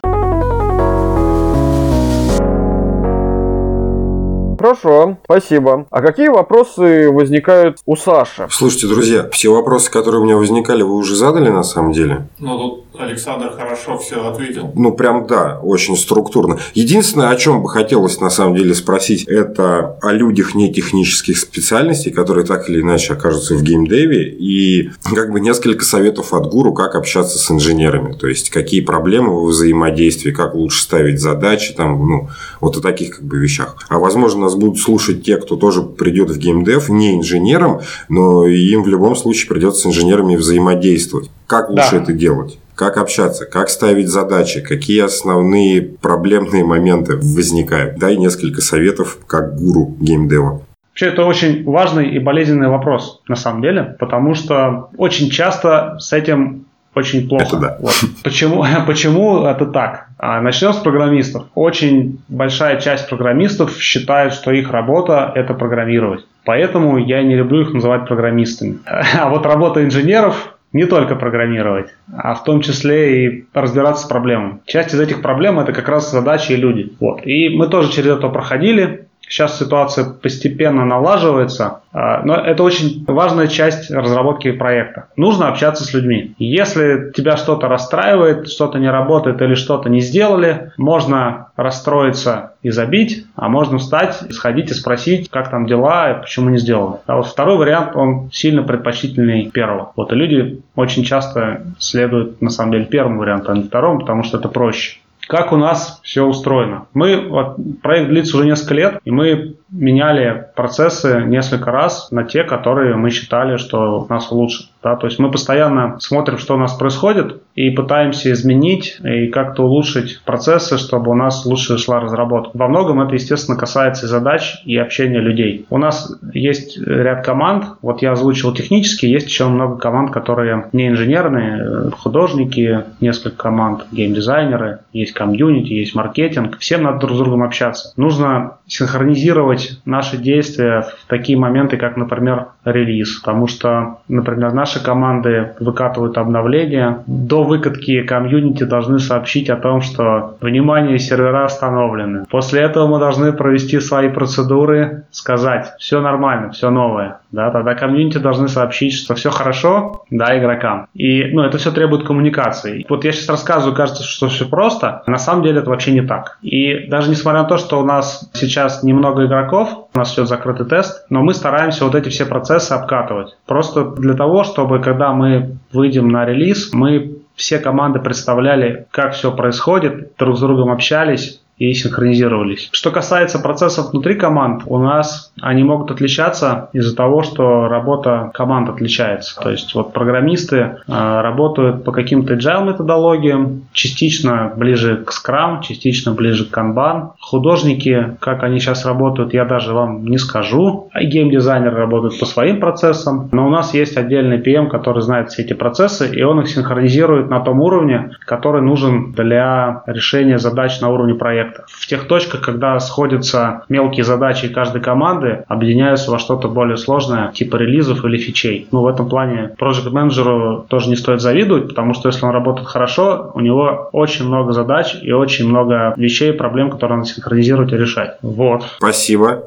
Хорошо, спасибо. А какие вопросы возникают у Саши? Слушайте, друзья, все вопросы, которые у меня возникали, вы уже задали на самом деле? Тут Александр хорошо все ответил. Прям да, очень структурно. Единственное, о чем бы хотелось на самом деле спросить, это о людях нетехнических специальностей, которые так или иначе окажутся в геймдеве, и несколько советов от гуру, как общаться с инженерами. То есть, какие проблемы во взаимодействии, как лучше ставить задачи, о таких вещах. А возможно, нас будут слушать те, кто тоже придет в геймдев, не инженером, но им в любом случае придется с инженерами взаимодействовать. Как лучше это делать? Как общаться, как ставить задачи, какие основные проблемные моменты возникают. Дай несколько советов как гуру геймдева. Вообще, это очень важный и болезненный вопрос, на самом деле, потому что очень часто с этим очень плохо. Это да. Почему это так? Начнем с программистов. Очень большая часть программистов считает, что их работа – это программировать. Поэтому я не люблю их называть программистами. А работа инженеров – не только программировать, а в том числе и разбираться с проблемами. Часть из этих проблем – это как раз задачи и люди. И мы тоже через это проходили. Сейчас ситуация постепенно налаживается, но это очень важная часть разработки проекта. Нужно общаться с людьми. Если тебя что-то расстраивает, что-то не работает или что-то не сделали, можно расстроиться и забить, а можно встать, сходить и спросить, как там дела и почему не сделали. А второй вариант, он сильно предпочтительнее первого. И люди очень часто следуют, на самом деле, первому варианту, а не второму, потому что это проще. Как у нас все устроено? Проект длится уже несколько лет, и мы меняли процессы несколько раз на те, которые мы считали, что нас улучшат. Да? То есть мы постоянно смотрим, что у нас происходит, и пытаемся изменить и как-то улучшить процессы, чтобы у нас лучше шла разработка. Во многом это, естественно, касается и задач, и общения людей. У нас есть ряд команд, я озвучил технические, есть еще много команд, которые не инженерные, художники, несколько команд, геймдизайнеры, есть комьюнити, есть маркетинг. Всем надо друг с другом общаться. Нужно синхронизировать наши действия в такие моменты, как, например, релиз. Потому что, например, наши команды выкатывают обновления. До выкатки комьюнити должны сообщить о том, что, внимание, сервера остановлены. После этого мы должны провести свои процедуры, сказать, все нормально, все новое. Да, тогда комьюнити должны сообщить, что все хорошо, да, игрокам. И это все требует коммуникации. Я сейчас рассказываю, кажется, что все просто. На самом деле это вообще не так. И даже несмотря на то, что у нас сейчас немного игроков, у нас идет закрытый тест, но мы стараемся вот эти все процессы обкатывать. Просто для того, чтобы когда мы выйдем на релиз, мы все команды представляли, как все происходит, друг с другом общались и синхронизировались. Что касается процессов внутри команд, у нас они могут отличаться из-за того, что работа команд отличается. То есть вот программисты работают по каким-то agile методологиям, частично ближе к Scrum, частично ближе к Kanban. Художники, как они сейчас работают, я даже вам не скажу. И геймдизайнеры работают по своим процессам. Но у нас есть отдельный PM, который знает все эти процессы, и он их синхронизирует на том уровне, который нужен для решения задач на уровне проекта. В тех точках, когда сходятся мелкие задачи каждой команды, объединяются во что-то более сложное, типа релизов или фичей. В этом плане проект-менеджеру тоже не стоит завидовать, потому что если он работает хорошо, у него очень много задач и очень много вещей, проблем, которые надо синхронизировать и решать. Вот. Спасибо.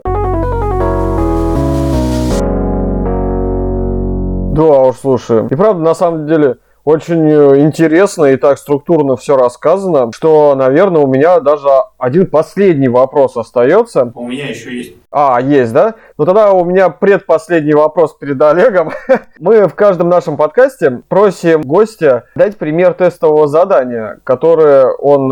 Да уж, слушай. И правда, на самом деле, очень интересно и так структурно все рассказано, что, наверное, у меня даже один последний вопрос остается. У меня еще есть. Есть, да? Ну тогда у меня предпоследний вопрос перед Олегом. Мы в каждом нашем подкасте просим гостя дать пример тестового задания, которое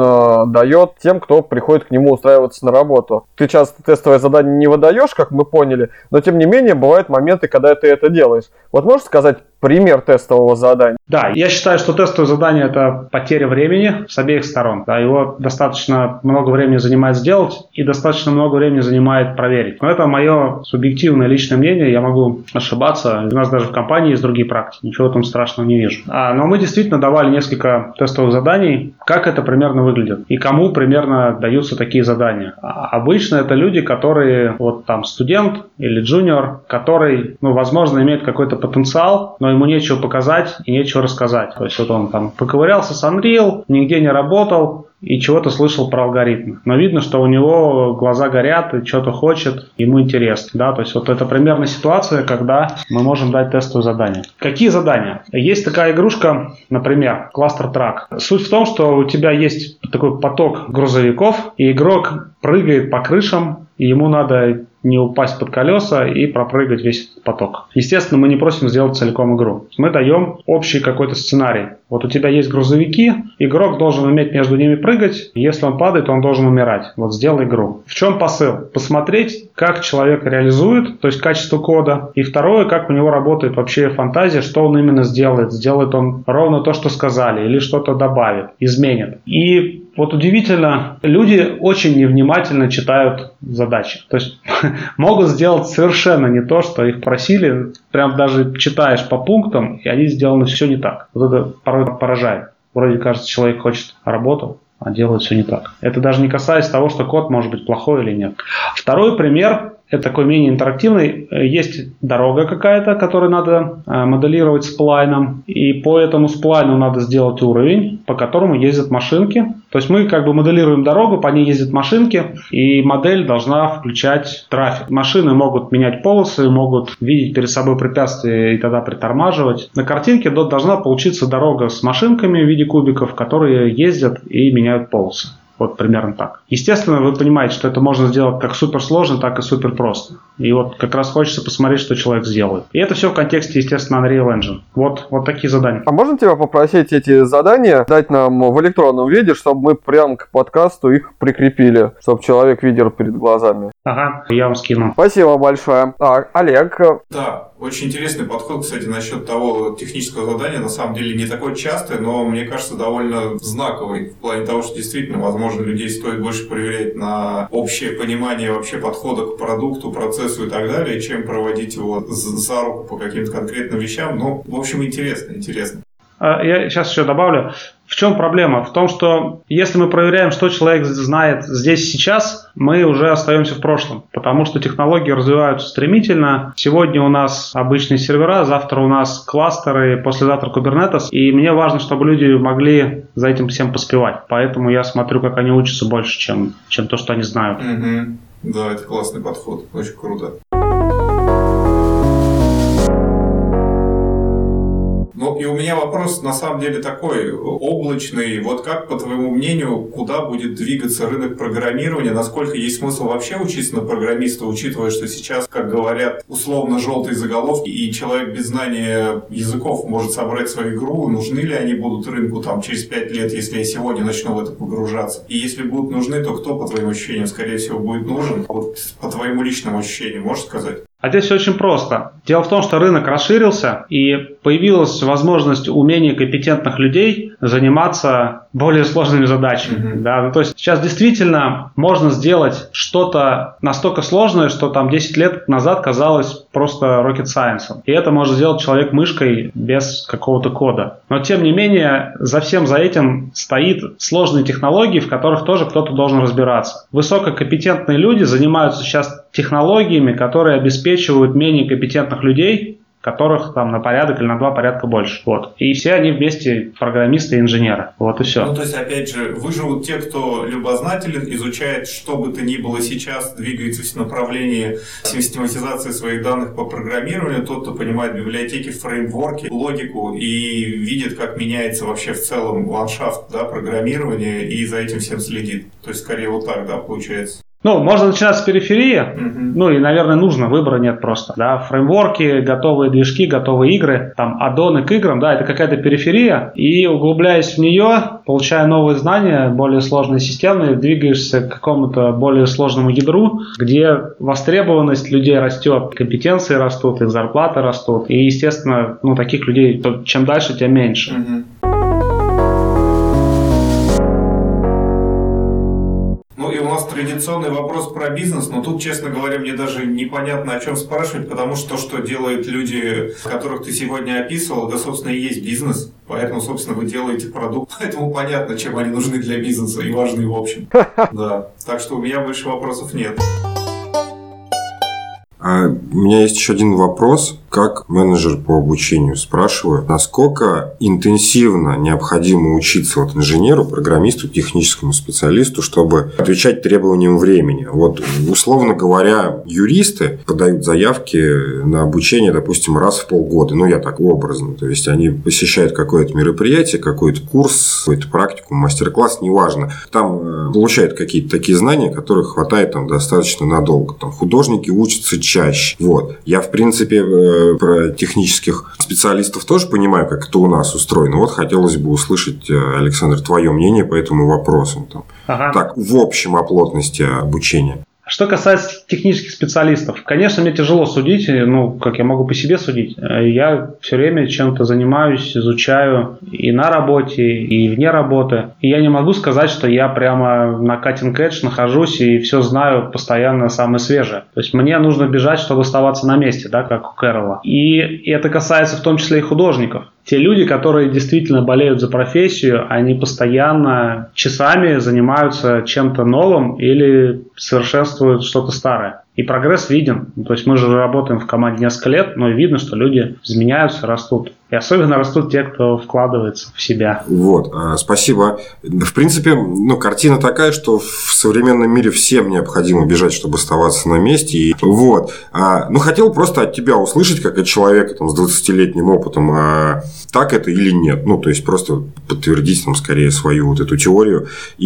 он дает тем, кто приходит к нему устраиваться на работу. Ты часто тестовое задание не выдаешь, как мы поняли, но тем не менее бывают моменты, когда ты это делаешь. Вот можешь сказать пример тестового задания? Да, я считаю, что тестовое задание – это потеря времени с обеих сторон. Да, его достаточно много времени занимает сделать и достаточно много времени занимает проверить. Но это мое субъективное личное мнение, я могу ошибаться. У нас даже в компании есть другие практики, ничего там страшного не вижу. Но мы действительно давали несколько тестовых заданий, как это примерно выглядит и кому примерно даются такие задания. Обычно это люди, которые, студент или джуниор, который, возможно, имеет какой-то потенциал, но ему нечего показать и нечего рассказать. То есть он там поковырялся с Unreal, нигде не работал и чего-то слышал про алгоритмы. Но видно, что у него глаза горят и что-то хочет, ему интересно. Да? То есть это примерно ситуация, когда мы можем дать тестовое задание. Какие задания? Есть такая игрушка, например, Cluster Truck. Суть в том, что у тебя есть такой поток грузовиков, и игрок прыгает по крышам, и ему надо не упасть под колеса и пропрыгать весь этот поток. Естественно, мы не просим сделать целиком игру. Мы даем общий какой-то сценарий. У тебя есть грузовики, игрок должен уметь между ними прыгать. Если он падает, он должен умирать. Сделай игру. В чем посыл? Посмотреть, как человек реализует, то есть качество кода. И второе, как у него работает вообще фантазия, что он именно сделает. Сделает он ровно то, что сказали, или что-то добавит, изменит. И удивительно, люди очень невнимательно читают задачи. То есть могут сделать совершенно не то, что их просили. Прям даже читаешь по пунктам, и они сделаны все не так. Это порой поражает. Вроде кажется, человек хочет работу, а делает все не так. Это даже не касаясь того, что код может быть плохой или нет. Второй пример. Это такой менее интерактивный. Есть дорога какая-то, которую надо моделировать сплайном. И по этому сплайну надо сделать уровень, по которому ездят машинки. То есть мы моделируем дорогу, по ней ездят машинки, и модель должна включать трафик. Машины могут менять полосы, могут видеть перед собой препятствия и тогда притормаживать. На картинке должна получиться дорога с машинками в виде кубиков, которые ездят и меняют полосы. Примерно так. Естественно, вы понимаете, что это можно сделать как суперсложно, так и супер просто. И как раз хочется посмотреть, что человек сделает. И это все в контексте, естественно, Unreal Engine. Вот такие задания. А можно тебя попросить эти задания дать нам в электронном виде, чтобы мы прямо к подкасту их прикрепили, чтобы человек видел перед глазами? Ага, я вам скину. Спасибо большое. Олег. Да, очень интересный подход, кстати, насчет того технического задания. На самом деле не такой частый, но, мне кажется, довольно знаковый. В плане того, что действительно, возможно, людей стоит больше проверять на общее понимание вообще подхода к продукту, процессу и так далее, чем проводить его за руку по каким-то конкретным вещам. В общем, интересно. Я сейчас еще добавлю. В чем проблема? В том, что если мы проверяем, что человек знает здесь и сейчас, мы уже остаемся в прошлом, потому что технологии развиваются стремительно. Сегодня у нас обычные сервера, завтра у нас кластеры, послезавтра Kubernetes, и мне важно, чтобы люди могли за этим всем поспевать. Поэтому я смотрю, как они учатся больше, чем то, что они знают. Угу. Да, это классный подход, очень круто. И у меня вопрос, на самом деле, такой облачный. Вот как, по твоему мнению, куда будет двигаться рынок программирования? Насколько есть смысл вообще учиться на программиста, учитывая, что сейчас, как говорят, условно желтые заголовки, и человек без знания языков может собрать свою игру, нужны ли они будут рынку там через 5 лет, если я сегодня начну в это погружаться? И если будут нужны, то кто, по твоим ощущениям, скорее всего, будет нужен? Вот по твоему личному ощущению, можешь сказать? А здесь все очень просто. Дело в том, что рынок расширился, и появилась возможность у менее компетентных людей заниматься более сложными задачами. Да? Ну, то есть сейчас действительно можно сделать что-то настолько сложное, что там 10 лет назад казалось просто rocket science. И это может сделать человек мышкой без какого-то кода. Но тем не менее, за всем за этим стоит сложные технологии, в которых тоже кто-то должен разбираться. Высококомпетентные люди занимаются сейчас технологиями, которые обеспечивают менее компетентных людей, которых там на порядок или на 2 порядка больше. Вот. И все они вместе программисты и инженеры. Вот и все. Ну, то есть, опять же, выживут те, кто любознателен, изучает, что бы то ни было сейчас, двигается в направлении систематизации своих данных по программированию, тот, кто понимает библиотеки, фреймворки, логику и видит, как меняется вообще в целом ландшафт, да, программирования, и за этим всем следит. То есть, скорее вот так, да, получается. Ну, можно начинать с периферии, ну и, наверное, нужно, выбора нет просто, да, фреймворки, готовые движки, готовые игры, там, аддоны к играм, да, это какая-то периферия, и углубляясь в нее, получая новые знания, более сложные системы, двигаешься к какому-то более сложному ядру, где востребованность людей растет, компетенции растут, их зарплаты растут, и, естественно, ну, таких людей, чем дальше, тем меньше. Традиционный вопрос про бизнес, но тут, честно говоря, мне даже непонятно, о чем спрашивать, потому что то, что делают люди, которых ты сегодня описывал, да, собственно, и есть бизнес. Поэтому, собственно, вы делаете продукт. Поэтому понятно, чем они нужны для бизнеса и важны в общем. Да. Так что у меня больше вопросов нет. У меня есть еще один вопрос. Как менеджер по обучению спрашиваю, насколько интенсивно необходимо учиться вот инженеру, программисту, техническому специалисту, чтобы отвечать требованиям времени. Вот, условно говоря, юристы подают заявки на обучение, допустим, раз в полгода. Ну, я так образно. То есть, они посещают какое-то мероприятие, какой-то курс, какую-то практику, мастер-класс, неважно. Там получают какие-то такие знания, которых хватает там достаточно надолго. Там художники учатся чаще. Вот. Я, в принципе, про технических специалистов тоже понимаю, как это у нас устроено. Вот хотелось бы услышать, Александр, твое мнение по этому вопросу. Там. Так, в общем, о плотности обучения. Что касается технических специалистов, конечно, мне тяжело судить, ну, как я могу по себе судить. Я все время чем-то занимаюсь, изучаю и на работе, и вне работы. И я не могу сказать, что я прямо на cutting edge нахожусь и все знаю постоянно самое свежее. То есть мне нужно бежать, чтобы оставаться на месте, да, как у Кэрролла. И это касается в том числе и художников. Те люди, которые действительно болеют за профессию, они постоянно часами занимаются чем-то новым или совершенствуют что-то старое. И прогресс виден. То есть мы же работаем в команде несколько лет, но видно, что люди изменяются, растут. И особенно растут те, кто вкладывается в себя. Вот, спасибо. В принципе, ну, картина такая, что в современном мире всем необходимо бежать, чтобы оставаться на месте. И вот. Ну, хотел просто от тебя услышать, как от человека там, с 20-летним опытом, так это или нет. Ну, то есть, просто подтвердить там, скорее свою вот эту теорию.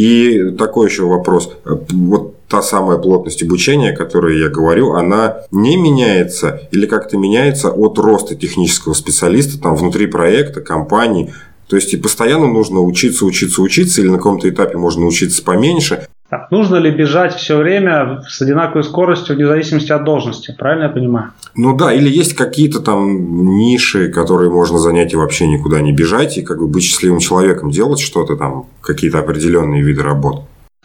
И такой еще вопрос. Вот та самая плотность обучения, о которой я говорю, она не меняется или как-то меняется от роста технического специалиста там, внутри проекта, компании. То есть, и постоянно нужно учиться, или на каком-то этапе можно учиться поменьше. Так, нужно ли бежать все время с одинаковой скоростью вне зависимости от должности? Правильно я понимаю? Ну да, или есть какие-то там ниши, которые можно занять и вообще никуда не бежать, и как бы быть счастливым человеком, делать что-то там, какие-то определенные виды работ.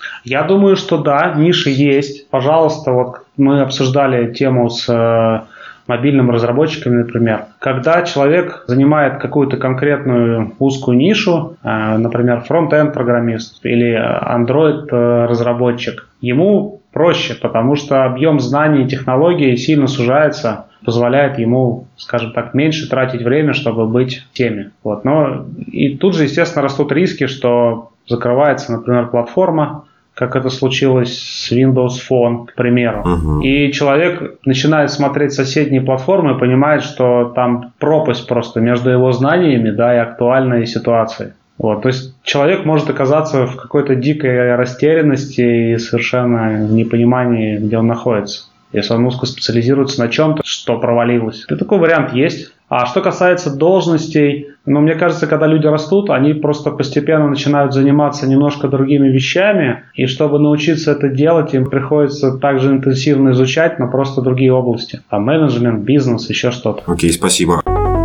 Я думаю, что да, ниши есть. Пожалуйста, вот мы обсуждали тему с мобильными разработчиками, например. Когда человек занимает какую-то конкретную узкую нишу, например, фронт-энд программист или Android разработчик, ему проще, потому что объем знаний и технологий сильно сужается, позволяет ему, скажем так, меньше тратить время, чтобы быть в теме. Вот. Но и тут же, естественно, растут риски, что закрывается, например, платформа, как это случилось с Windows Phone, к примеру. И человек начинает смотреть соседние платформы и понимает, что там пропасть просто между его знаниями, да, и актуальной ситуацией. Вот, то есть человек может оказаться в какой-то дикой растерянности и совершенно в непонимании, где он находится, если он узкоспециализируется на чем-то, что провалилось. И такой вариант есть. А что касается должностей, мне кажется, когда люди растут, они просто постепенно начинают заниматься немножко другими вещами, и чтобы научиться это делать, им приходится также интенсивно изучать, но просто другие области. Там менеджмент, бизнес, еще что-то. Окей, спасибо.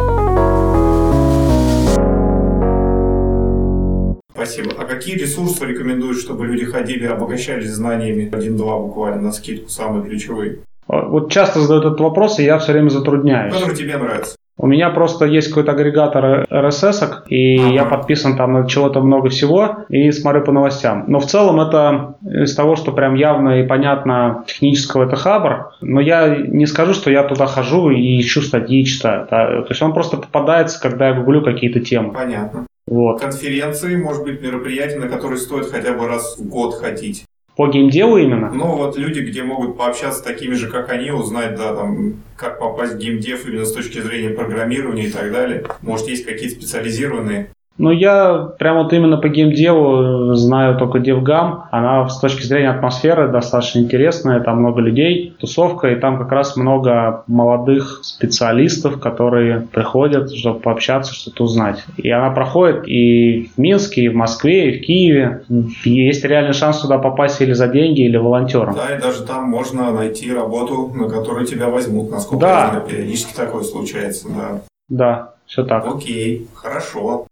Спасибо. А какие ресурсы рекомендуешь, чтобы люди ходили, обогащались знаниями? 1-2 буквально на скидку, самые ключевые. Вот часто задают этот вопрос, и я все время затрудняюсь. Который тебе нравится? У меня просто есть какой-то агрегатор RSS-ок, и я подписан там на чего-то много всего и смотрю по новостям. Но в целом это из того, что прям явно и понятно технического, это Хабр. Но я не скажу, что я туда хожу и ищу статьи, читаю. То есть он просто попадается, когда я гуглю какие-то темы. Понятно. Вот. Конференции, может быть, мероприятия, на которые стоит хотя бы раз в год ходить. По геймдеву именно? Ну, вот люди, где могут пообщаться с такими же, как они, узнать, да, там, как попасть в геймдев именно с точки зрения программирования и так далее. Может, есть какие-то специализированные? Ну, я прям вот именно по геймдеву знаю только DevGam. Она с точки зрения атмосферы достаточно интересная, там много людей, тусовка, и там как раз много молодых специалистов, которые приходят, чтобы пообщаться, что-то узнать. И она проходит и в Минске, и в Москве, и в Киеве. Есть реальный шанс туда попасть или за деньги, или волонтером. Да, и даже там можно найти работу, на которую тебя возьмут, насколько я знаю, периодически такое случается, да. Да, все так. Окей, хорошо.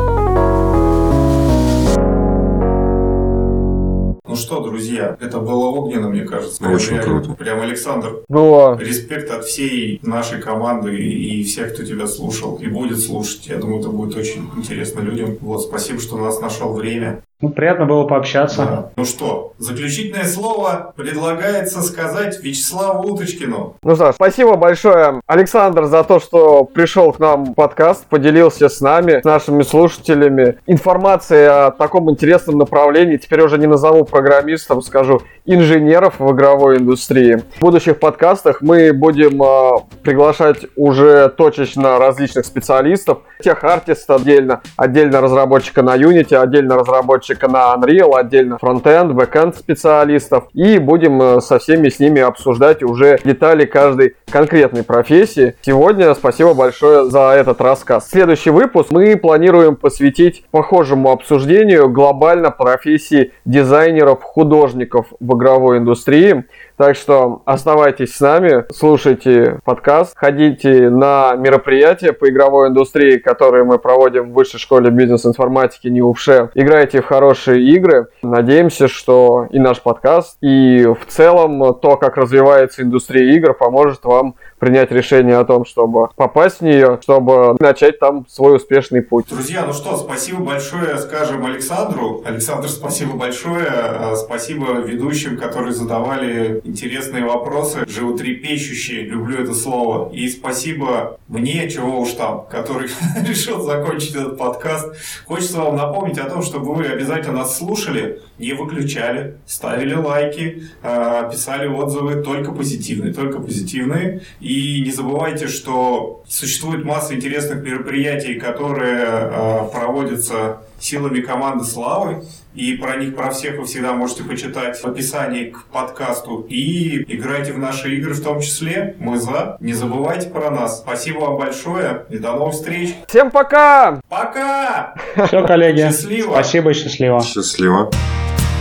Ну что, друзья, это было огненно, мне кажется. Очень круто. Прям, Александр, было. Респект от всей нашей команды и всех, кто тебя слушал и будет слушать. Я думаю, это будет очень интересно людям. Вот, спасибо, что у нас нашел время. Ну, приятно было пообщаться. Да. Ну что, заключительное слово предлагается сказать Вячеславу Уточкину. Ну что ж, спасибо большое, Александр, за то, что пришел к нам в подкаст, поделился с нами, с нашими слушателями информацией о таком интересном направлении. Теперь уже не назову программистом, скажу инженеров в игровой индустрии. В будущих подкастах мы будем приглашать уже точечно различных специалистов, тех-артиста отдельно разработчика на Unity, отдельно разработчика на Unreal, отдельно фронтенд, бэкенд специалистов, и будем со всеми с ними обсуждать уже детали каждой конкретной профессии. Сегодня спасибо большое за этот рассказ. Следующий выпуск мы планируем посвятить похожему обсуждению глобально профессии дизайнеров, художников в игровой индустрии. Так что оставайтесь с нами, слушайте подкаст, ходите на мероприятия по игровой индустрии, которые мы проводим в Высшей школе бизнес-информатики НИУФШ. Играйте в хорошие игры. Надеемся, что и наш подкаст, и в целом то, как развивается индустрия игр, поможет вам принять решение о том, чтобы попасть в нее, чтобы начать там свой успешный путь. Друзья, ну что, спасибо большое, скажем, Александру. Александр, спасибо большое. Спасибо ведущим, которые задавали интересные вопросы, животрепещущие, люблю это слово. И спасибо мне, чего уж там, который решил закончить этот подкаст. Хочется вам напомнить о том, чтобы вы обязательно нас слушали, не выключали, ставили лайки, писали отзывы, только позитивные. И не забывайте, что существует масса интересных мероприятий, которые проводятся силами команды Славы. И про них, про всех вы всегда можете почитать в описании к подкасту. И играйте в наши игры в том числе. Мы за. Не забывайте про нас. Спасибо вам большое. И до новых встреч. Всем пока! Пока! Все, коллеги. Счастливо. Спасибо и счастливо. Счастливо.